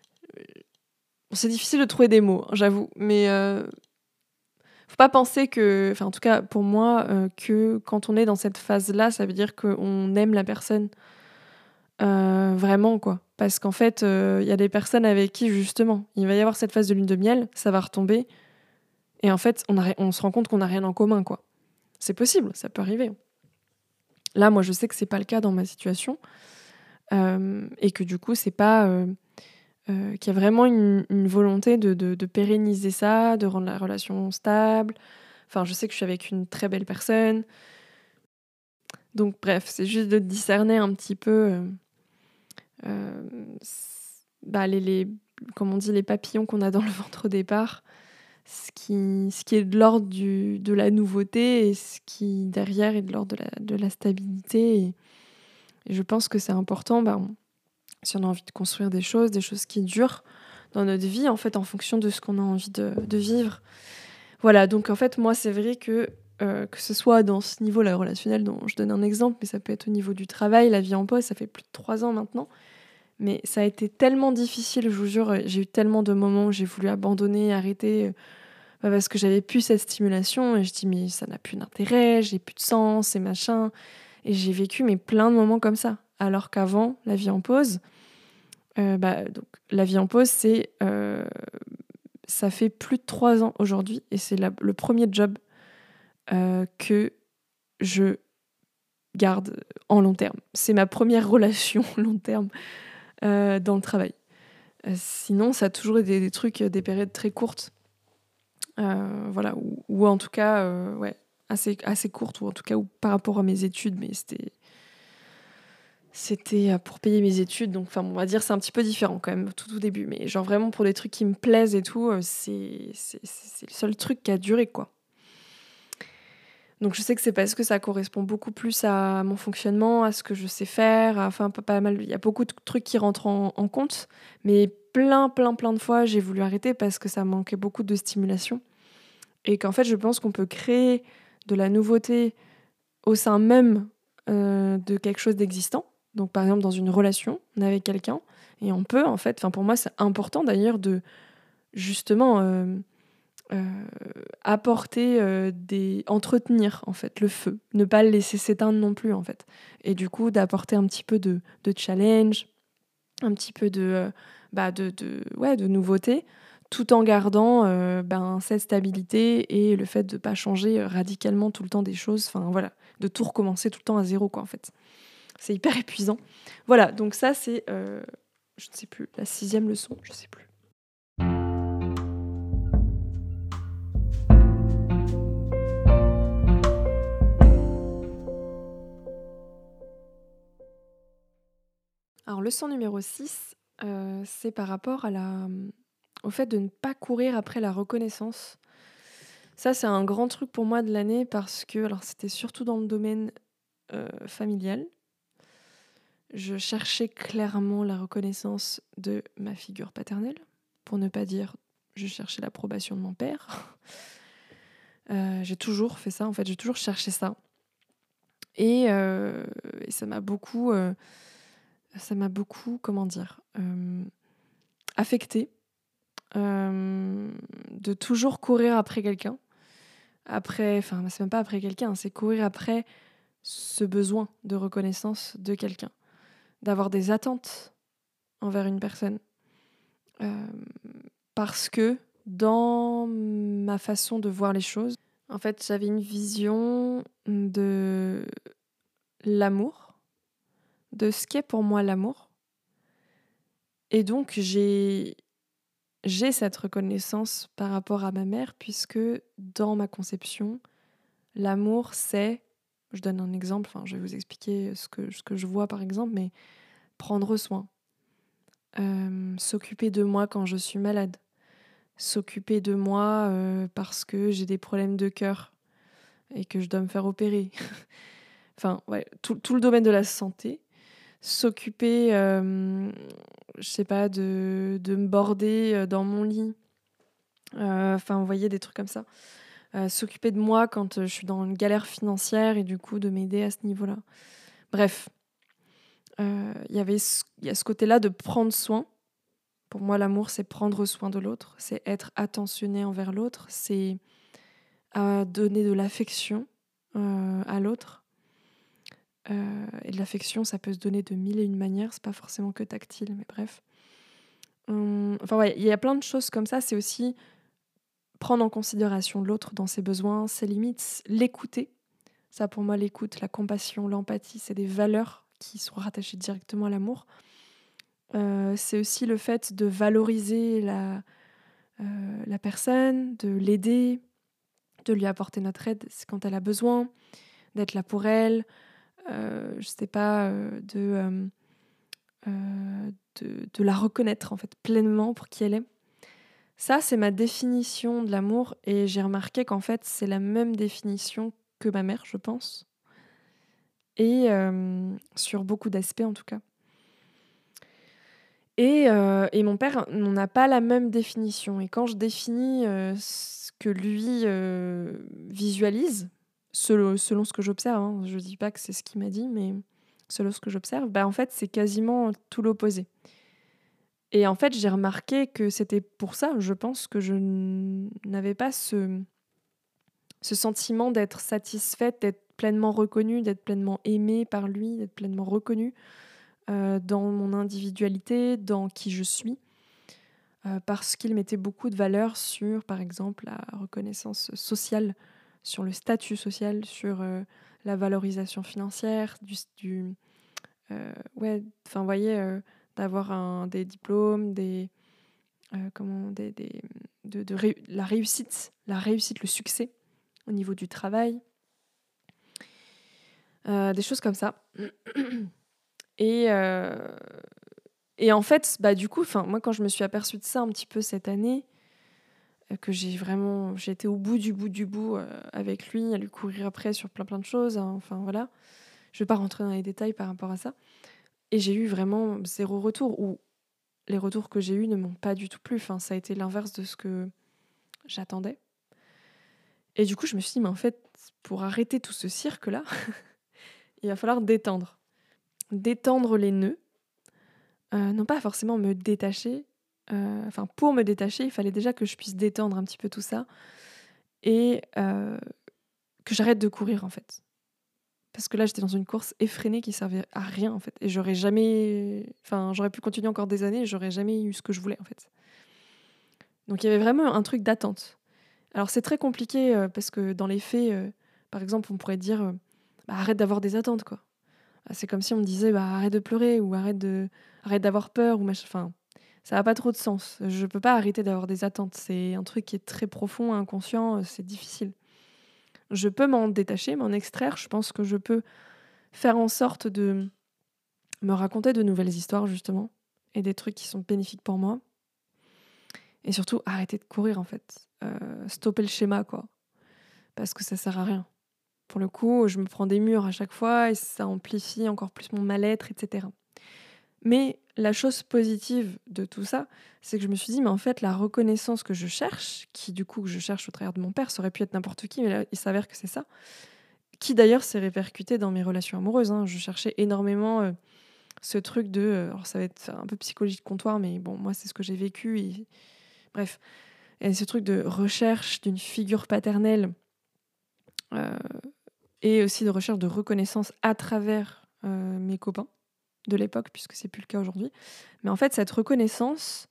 B: c'est difficile de trouver des mots, hein, j'avoue. Mais euh, faut pas penser que... Enfin, en tout cas, pour moi, euh, que quand on est dans cette phase-là, ça veut dire qu'on aime la personne. Euh, vraiment, quoi. Parce qu'en fait, il euh, y a des personnes avec qui, justement, il va y avoir cette phase de lune de miel, ça va retomber. Et en fait, on, a, on se rend compte qu'on n'a rien en commun, quoi. C'est possible, ça peut arriver. Là, moi, je sais que c'est pas le cas dans ma situation. Euh, et que du coup, c'est pas... Euh, Euh, qu'il y a vraiment une, une volonté de, de, de pérenniser ça, de rendre la relation stable. Enfin, je sais que je suis avec une très belle personne. Donc, bref, c'est juste de discerner un petit peu euh, euh, bah, les, les, comme on dit, les papillons qu'on a dans le ventre au départ, ce qui, ce qui est de l'ordre du, de la nouveauté et ce qui, derrière, est de l'ordre de la, de la stabilité. Et, et je pense que c'est important, bah, on, si on a envie de construire des choses, des choses qui durent dans notre vie, en fait, en fonction de ce qu'on a envie de, de vivre. Voilà, donc en fait, moi, c'est vrai que euh, que ce soit dans ce niveau-là relationnel dont je donne un exemple, mais ça peut être au niveau du travail, la vie en pause, ça fait plus de trois ans maintenant, mais ça a été tellement difficile, je vous jure, j'ai eu tellement de moments où j'ai voulu abandonner, arrêter, euh, parce que j'avais plus cette stimulation, et je dis, mais ça n'a plus d'intérêt, j'ai plus de sens, et machin, et j'ai vécu mais plein de moments comme ça, alors qu'avant, la vie en pause, Euh, bah, donc, la vie en pause, c'est, euh, ça fait plus de trois ans aujourd'hui et c'est la, le premier job euh, que je garde en long terme. C'est ma première relation long terme euh, dans le travail. Euh, sinon, ça a toujours été des, des trucs, des périodes très courtes. Euh, voilà, ou, ou en tout cas, euh, ouais, assez, assez courtes, ou en tout cas ou par rapport à mes études, mais c'était... C'était pour payer mes études, donc enfin, on va dire c'est un petit peu différent quand même, tout au début. Mais genre vraiment pour des trucs qui me plaisent et tout, c'est, c'est, c'est le seul truc qui a duré, quoi. Donc je sais que c'est parce que ça correspond beaucoup plus à mon fonctionnement, à ce que je sais faire, à, enfin pas, pas mal. Il y a beaucoup de trucs qui rentrent en, en compte, mais plein, plein, plein de fois j'ai voulu arrêter parce que ça manquait beaucoup de stimulation. Et qu'en fait je pense qu'on peut créer de la nouveauté au sein même euh, de quelque chose d'existant. Donc, par exemple, dans une relation, on est avec quelqu'un, et on peut, en fait, enfin, pour moi, c'est important d'ailleurs de, justement, euh, euh, apporter euh, des... entretenir, en fait, le feu. Ne pas le laisser s'éteindre non plus, en fait. Et du coup, d'apporter un petit peu de, de challenge, un petit peu de, euh, bah, de, de, ouais, de nouveauté, tout en gardant euh, ben, cette stabilité et le fait de ne pas changer radicalement tout le temps des choses. Enfin, voilà, de tout recommencer tout le temps à zéro, quoi, en fait. C'est hyper épuisant. Voilà, donc ça, c'est, euh, je ne sais plus, la sixième leçon, je ne sais plus. Alors, leçon numéro six, euh, c'est par rapport à la, au fait de ne pas courir après la reconnaissance. Ça, c'est un grand truc pour moi de l'année parce que, alors c'était surtout dans le domaine euh, familial. Je cherchais clairement la reconnaissance de ma figure paternelle, pour ne pas dire je cherchais l'approbation de mon père. Euh, j'ai toujours fait ça, en fait, j'ai toujours cherché ça. Et, euh, et ça m'a beaucoup, euh, ça m'a beaucoup, comment dire, euh, affectée euh, de toujours courir après quelqu'un. Après, enfin, c'est même pas après quelqu'un, c'est courir après ce besoin de reconnaissance de quelqu'un, d'avoir des attentes envers une personne. Euh, parce que dans ma façon de voir les choses, en fait, j'avais une vision de l'amour, de ce qu'est pour moi l'amour. Et donc, j'ai, j'ai cette reconnaissance par rapport à ma mère, puisque dans ma conception, l'amour, c'est, je donne un exemple, enfin, je vais vous expliquer ce que, ce que je vois par exemple, mais prendre soin, euh, s'occuper de moi quand je suis malade, s'occuper de moi euh, parce que j'ai des problèmes de cœur et que je dois me faire opérer. Enfin, ouais, tout, tout le domaine de la santé. S'occuper, euh, je sais pas, de, de me border dans mon lit. Euh, Enfin, vous voyez, des trucs comme ça. Euh, s'occuper de moi quand je suis dans une galère financière et du coup de m'aider à ce niveau-là. Bref, euh, y avait ce- y a ce côté-là de prendre soin. Pour moi, l'amour, c'est prendre soin de l'autre, c'est être attentionné envers l'autre, c'est euh, donner de l'affection euh, à l'autre. Euh, et de l'affection, ça peut se donner de mille et une manières, c'est pas forcément que tactile, mais bref. Hum, enfin, ouais, il y a plein de choses comme ça. C'est aussi prendre en considération l'autre dans ses besoins, ses limites, l'écouter. Ça, pour moi, l'écoute, la compassion, l'empathie, c'est des valeurs qui sont rattachées directement à l'amour. Euh, c'est aussi le fait de valoriser la, euh, la personne, de l'aider, de lui apporter notre aide quand elle a besoin, d'être là pour elle, euh, je sais pas, euh, de, euh, euh, de, de la reconnaître en fait pleinement pour qui elle est. Ça, c'est ma définition de l'amour et j'ai remarqué qu'en fait, c'est la même définition que ma mère, je pense, et euh, sur beaucoup d'aspects en tout cas. Et, euh, et mon père, on n'a pas la même définition. Et quand je définis euh, ce que lui euh, visualise, selon, selon ce que j'observe, hein, je ne dis pas que c'est ce qu'il m'a dit, mais selon ce que j'observe, bah en fait, c'est quasiment tout l'opposé. Et en fait, j'ai remarqué que c'était pour ça, je pense, que je n- n'avais pas ce, ce sentiment d'être satisfaite, d'être pleinement reconnue, d'être pleinement aimée par lui, d'être pleinement reconnue euh, dans mon individualité, dans qui je suis. Euh, parce qu'il mettait beaucoup de valeur sur, par exemple, la reconnaissance sociale, sur le statut social, sur euh, la valorisation financière, du, du euh, ouais, enfin, vous voyez, euh, d'avoir un, des diplômes, des, euh, comment, des, des, de, de ré- la réussite, la réussite, le succès au niveau du travail, euh, des choses comme ça. Et, euh, et en fait, bah, du coup, moi, quand je me suis aperçue de ça un petit peu cette année, que j'ai vraiment, j'ai été au bout du bout du bout euh, avec lui, à lui courir après sur plein plein de choses, hein, enfin voilà. Je vais pas rentrer dans les détails par rapport à ça. Et j'ai eu vraiment zéro retour, ou les retours que j'ai eus ne m'ont pas du tout plu. Enfin, ça a été l'inverse de ce que j'attendais. Et du coup, je me suis dit, mais en fait, pour arrêter tout ce cirque-là, il va falloir détendre. Détendre les nœuds. Euh, non pas forcément me détacher. Euh, Enfin, pour me détacher, il fallait déjà que je puisse détendre un petit peu tout ça. Et euh, que j'arrête de courir, en fait. Parce que là, j'étais dans une course effrénée qui servait à rien, en fait. Et j'aurais jamais... Enfin, j'aurais pu continuer encore des années et j'aurais jamais eu ce que je voulais, en fait. Donc, il y avait vraiment un truc d'attente. Alors, c'est très compliqué euh, parce que dans les faits, euh, par exemple, on pourrait dire euh, bah, arrête d'avoir des attentes, quoi. Ah, c'est comme si on me disait bah, arrête de pleurer ou arrête, de... arrête d'avoir peur ou machin. Enfin, ça n'a pas trop de sens. Je peux pas arrêter d'avoir des attentes. C'est un truc qui est très profond, inconscient, euh, c'est difficile. Je peux m'en détacher, m'en extraire. Je pense que je peux faire en sorte de me raconter de nouvelles histoires, justement, et des trucs qui sont bénéfiques pour moi. Et surtout, arrêter de courir, en fait. Euh, stopper le schéma, quoi. Parce que ça sert à rien. Pour le coup, je me prends des murs à chaque fois et ça amplifie encore plus mon mal-être, et cetera. Mais la chose positive de tout ça, c'est que je me suis dit, mais en fait, la reconnaissance que je cherche, qui du coup que je cherche au travers de mon père, ça aurait pu être n'importe qui, mais là, il s'avère que c'est ça, qui d'ailleurs s'est répercuté dans mes relations amoureuses. Hein. Je cherchais énormément euh, ce truc de... euh, alors ça va être un peu psychologie de comptoir, mais bon, moi, c'est ce que j'ai vécu. Et... Bref, et ce truc de recherche d'une figure paternelle euh, et aussi de recherche de reconnaissance à travers euh, mes copains de l'époque, puisque c'est plus le cas aujourd'hui. Mais en fait, cette reconnaissance,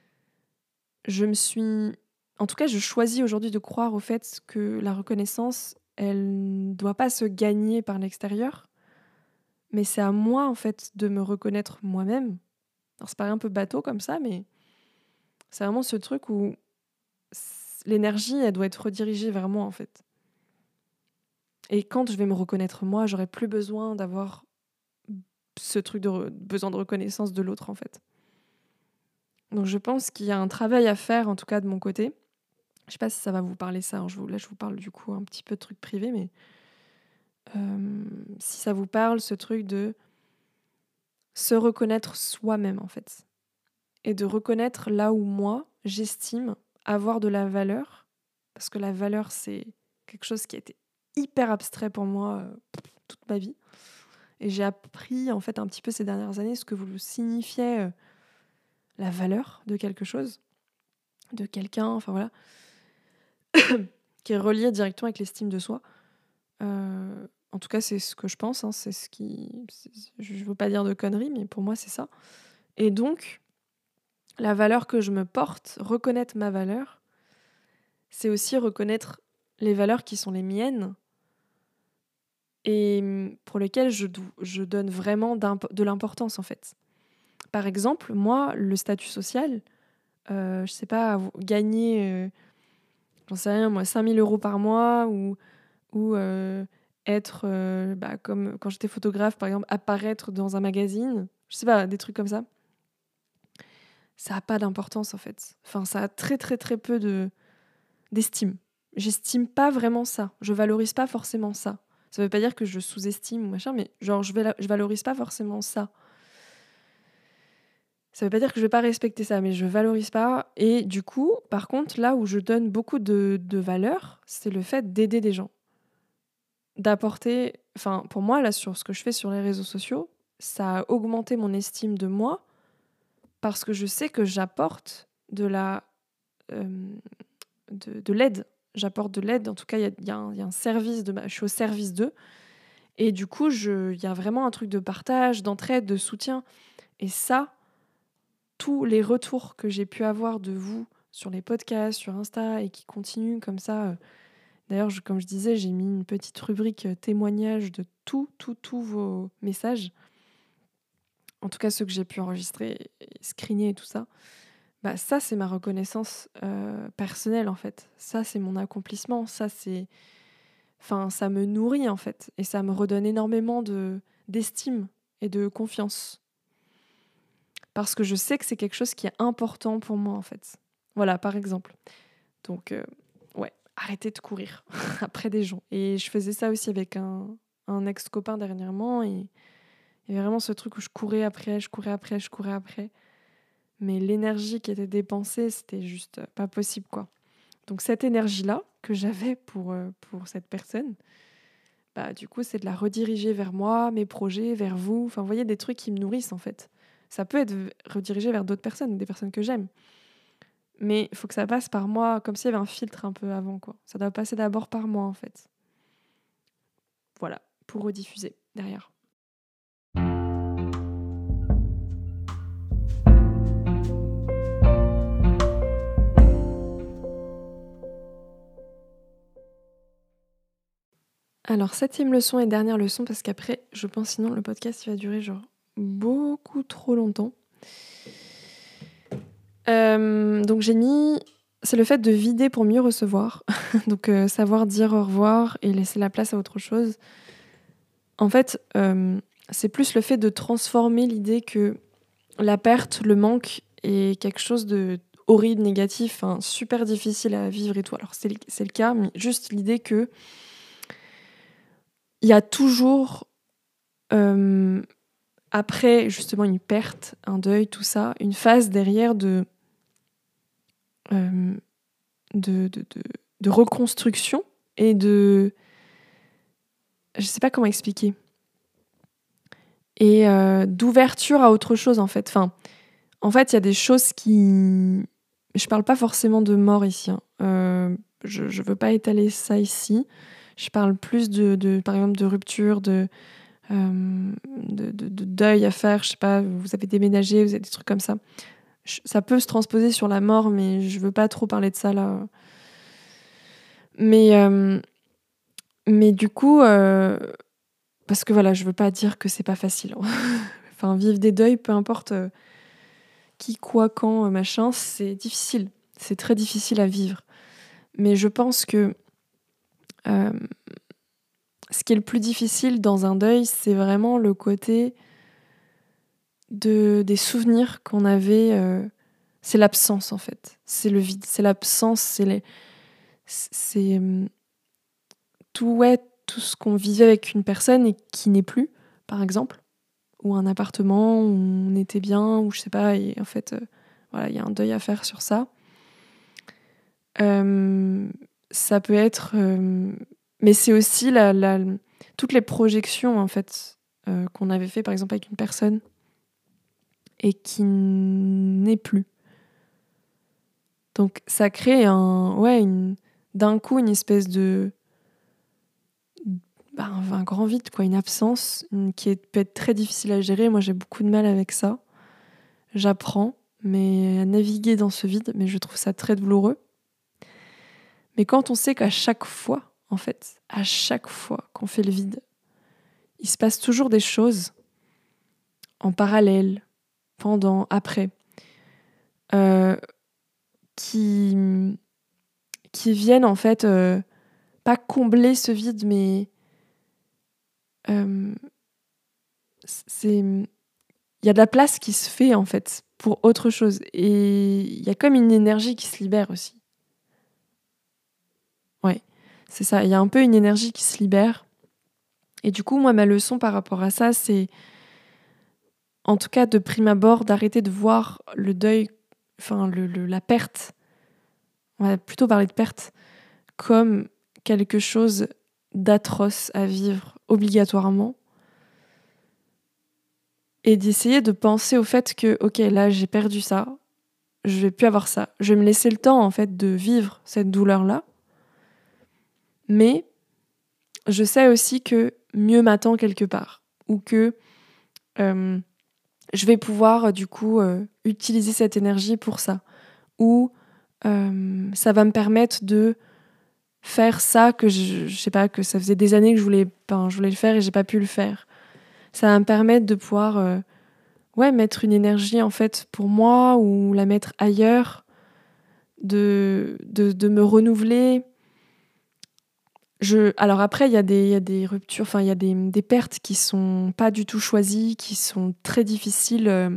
B: je me suis... En tout cas, je choisis aujourd'hui de croire au fait que la reconnaissance, elle ne doit pas se gagner par l'extérieur, mais c'est à moi, en fait, de me reconnaître moi-même. Alors, ça paraît un peu bateau comme ça, mais c'est vraiment ce truc où l'énergie, elle doit être redirigée vers moi, en fait. Et quand je vais me reconnaître moi, j'aurai plus besoin d'avoir ce truc de re- besoin de reconnaissance de l'autre, en fait. Donc je pense qu'il y a un travail à faire, en tout cas de mon côté. Je sais pas si ça va vous parler ça. Hein. Je vous, là, je vous parle du coup un petit peu de trucs privés, mais euh, si ça vous parle, ce truc de se reconnaître soi-même, en fait. Et de reconnaître là où moi, j'estime avoir de la valeur. Parce que la valeur, c'est quelque chose qui a été hyper abstrait pour moi euh, toute ma vie. Et j'ai appris, en fait, un petit peu ces dernières années ce que vous signifiait euh, la valeur de quelque chose, de quelqu'un, enfin voilà, qui est relié directement avec l'estime de soi. Euh, en tout cas, c'est ce que je pense. Hein, c'est ce qui, c'est, je ne veux pas dire de conneries, mais pour moi, c'est ça. Et donc, la valeur que je me porte, reconnaître ma valeur, c'est aussi reconnaître les valeurs qui sont les miennes et pour lesquelles je, do- je donne vraiment de l'importance, en fait. Par exemple, moi, le statut social, euh, je sais pas, gagner, euh, j'en sais rien, moi, cinq mille euros par mois ou, ou euh, être, euh, bah, comme quand j'étais photographe, par exemple, apparaître dans un magazine, je sais pas, des trucs comme ça. Ça n'a pas d'importance, en fait. Enfin, ça a très, très, très peu de, d'estime. J'estime pas vraiment ça. Je valorise pas forcément ça. Ça veut pas dire que je sous-estime ou machin, mais genre, je, vais je valorise pas forcément ça. Ça veut pas dire que je vais pas respecter ça, mais je valorise pas. Et du coup, par contre, là où je donne beaucoup de, de valeur, c'est le fait d'aider des gens. D'apporter... Enfin, pour moi, là, sur ce que je fais sur les réseaux sociaux, ça a augmenté mon estime de moi parce que je sais que j'apporte de la... euh, de, de l'aide. J'apporte de l'aide. En tout cas, il y, y, y a un service. De ma, je suis au service d'eux. Et du coup, il y a vraiment un truc de partage, d'entraide, de soutien. Et ça... tous les retours que j'ai pu avoir de vous sur les podcasts, sur Insta et qui continuent comme ça. D'ailleurs, je, comme je disais, j'ai mis une petite rubrique euh, témoignage de tout, tout, tous vos messages. En tout cas, ceux que j'ai pu enregistrer, screener et tout ça. Bah, ça, c'est ma reconnaissance euh, personnelle, en fait. Ça, c'est mon accomplissement. Ça, c'est... Enfin, ça me nourrit, en fait. Et ça me redonne énormément de... d'estime et de confiance. Parce que je sais que c'est quelque chose qui est important pour moi, en fait. Voilà, par exemple. Donc, euh, ouais, arrêtez de courir après des gens. Et je faisais ça aussi avec un, un ex-copain dernièrement. Et il y avait vraiment ce truc où je courais après, je courais après, je courais après. Mais l'énergie qui était dépensée, c'était juste pas possible, quoi. Donc, cette énergie-là que j'avais pour, euh, pour cette personne, bah, du coup, c'est de la rediriger vers moi, mes projets, vers vous. Enfin, vous voyez, des trucs qui me nourrissent, en fait. Ça peut être redirigé vers d'autres personnes, des personnes que j'aime. Mais il faut que ça passe par moi, comme s'il y avait un filtre un peu avant, quoi. Ça doit passer d'abord par moi, en fait. Voilà, pour rediffuser derrière. Alors, septième leçon et dernière leçon, parce qu'après, je pense sinon le podcast il va durer genre beaucoup trop longtemps. Euh, donc j'ai mis... C'est le fait de vider pour mieux recevoir. donc euh, savoir dire au revoir et laisser la place à autre chose. En fait, euh, c'est plus le fait de transformer l'idée que la perte, le manque est quelque chose de horrible, négatif, hein, super difficile à vivre et tout. Alors c'est, c'est le cas, mais juste l'idée que il y a toujours, euh, après justement une perte, un deuil, tout ça, une phase derrière de, euh, de, de, de, de reconstruction et de... Je sais pas comment expliquer. Et euh, d'ouverture à autre chose, en fait. Enfin, en fait, il y a des choses qui... Je parle pas forcément de mort ici. Hein. Euh, je, je veux pas étaler ça ici. Je parle plus de, de par exemple, de rupture, de, euh, de, de, de deuil à faire. Je sais pas, vous avez déménagé, vous avez des trucs comme ça. Je, ça peut se transposer sur la mort, mais je veux pas trop parler de ça là. Mais, euh, mais du coup, euh, parce que voilà, je veux pas dire que c'est pas facile. Hein. Enfin, vivre des deuils, peu importe euh, qui, quoi, quand, euh, machin, c'est difficile. C'est très difficile à vivre. Mais je pense que euh, ce qui est le plus difficile dans un deuil, c'est vraiment le côté de, des souvenirs qu'on avait. Euh, c'est l'absence, en fait. C'est le vide. C'est l'absence. C'est, les, c'est euh, tout, ouais, tout ce qu'on vivait avec une personne et qui n'est plus, par exemple. Ou un appartement où on était bien, ou je sais pas. Et en fait, euh, voilà, il y a un deuil à faire sur ça. Euh, ça peut être... Euh, mais c'est aussi la, la, toutes les projections, en fait, euh, qu'on avait fait, par exemple, avec une personne et qui n'est plus. Donc, ça crée un, ouais, une, d'un coup une espèce de... Bah, un, un grand vide, quoi, une absence une, qui est, peut être très difficile à gérer. Moi, j'ai beaucoup de mal avec ça. J'apprends mais à naviguer dans ce vide, mais je trouve ça très douloureux. Mais quand on sait qu'à chaque fois, en fait, à chaque fois qu'on fait le vide, il se passe toujours des choses en parallèle, pendant, après, euh, qui, qui viennent en fait euh, pas combler ce vide, mais euh, c'est, il y a de la place qui se fait en fait pour autre chose. Et il y a comme une énergie qui se libère aussi. Ouais, c'est ça. Il y a un peu une énergie qui se libère. Et du coup, moi, ma leçon par rapport à ça, c'est en tout cas de prime abord d'arrêter de voir le deuil, enfin le, le, la perte, on va plutôt parler de perte, comme quelque chose d'atroce à vivre obligatoirement. Et d'essayer de penser au fait que, ok, là j'ai perdu ça, je vais plus avoir ça. Je vais me laisser le temps en fait de vivre cette douleur-là. Mais je sais aussi que mieux m'attend quelque part. Ou que euh, je vais pouvoir du coup euh, utiliser cette énergie pour ça. Ou euh, ça va me permettre de faire ça que je, je sais pas, que ça faisait des années que je voulais, ben, je voulais le faire et j'ai pas pu le faire. Ça va me permettre de pouvoir euh, ouais, mettre une énergie en fait pour moi ou la mettre ailleurs, de, de, de me renouveler. Je, alors après, il y a des, il y a des ruptures, enfin il y a des, des pertes qui sont pas du tout choisies, qui sont très difficiles, euh,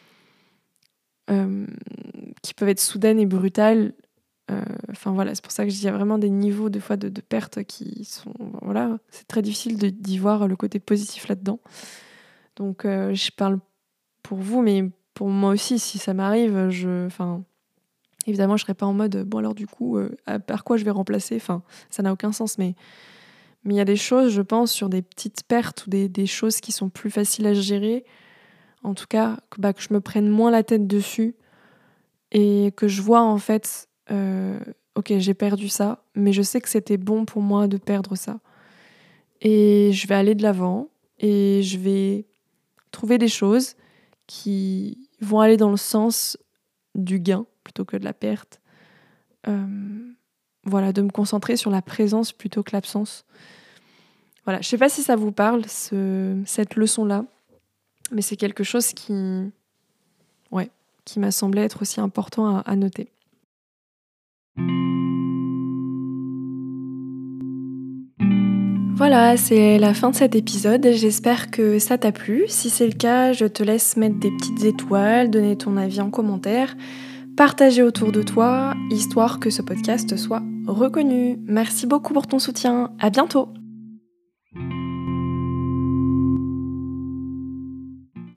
B: euh, qui peuvent être soudaines et brutales. Euh, Enfin voilà, c'est pour ça que je dis il y a vraiment des niveaux des fois de, de pertes qui sont, voilà, c'est très difficile de, d'y voir le côté positif là-dedans. Donc euh, je parle pour vous, mais pour moi aussi, si ça m'arrive, je, enfin, évidemment, je serais pas en mode bon alors du coup, euh, par quoi je vais remplacer. Enfin, ça n'a aucun sens, mais mais il y a des choses, je pense, sur des petites pertes ou des, des choses qui sont plus faciles à gérer. En tout cas, que, bah, que je me prenne moins la tête dessus et que je vois en fait, euh, ok, j'ai perdu ça, mais je sais que c'était bon pour moi de perdre ça. Et je vais aller de l'avant et je vais trouver des choses qui vont aller dans le sens du gain plutôt que de la perte. Euh, voilà, de me concentrer sur la présence plutôt que l'absence. Voilà, je sais pas si ça vous parle, ce, cette leçon-là, mais c'est quelque chose qui, ouais, qui m'a semblé être aussi important à, à noter. Voilà, c'est la fin de cet épisode. J'espère que ça t'a plu. Si c'est le cas, je te laisse mettre des petites étoiles, donner ton avis en commentaire, partager autour de toi, histoire que ce podcast soit reconnu. Merci beaucoup pour ton soutien. À bientôt.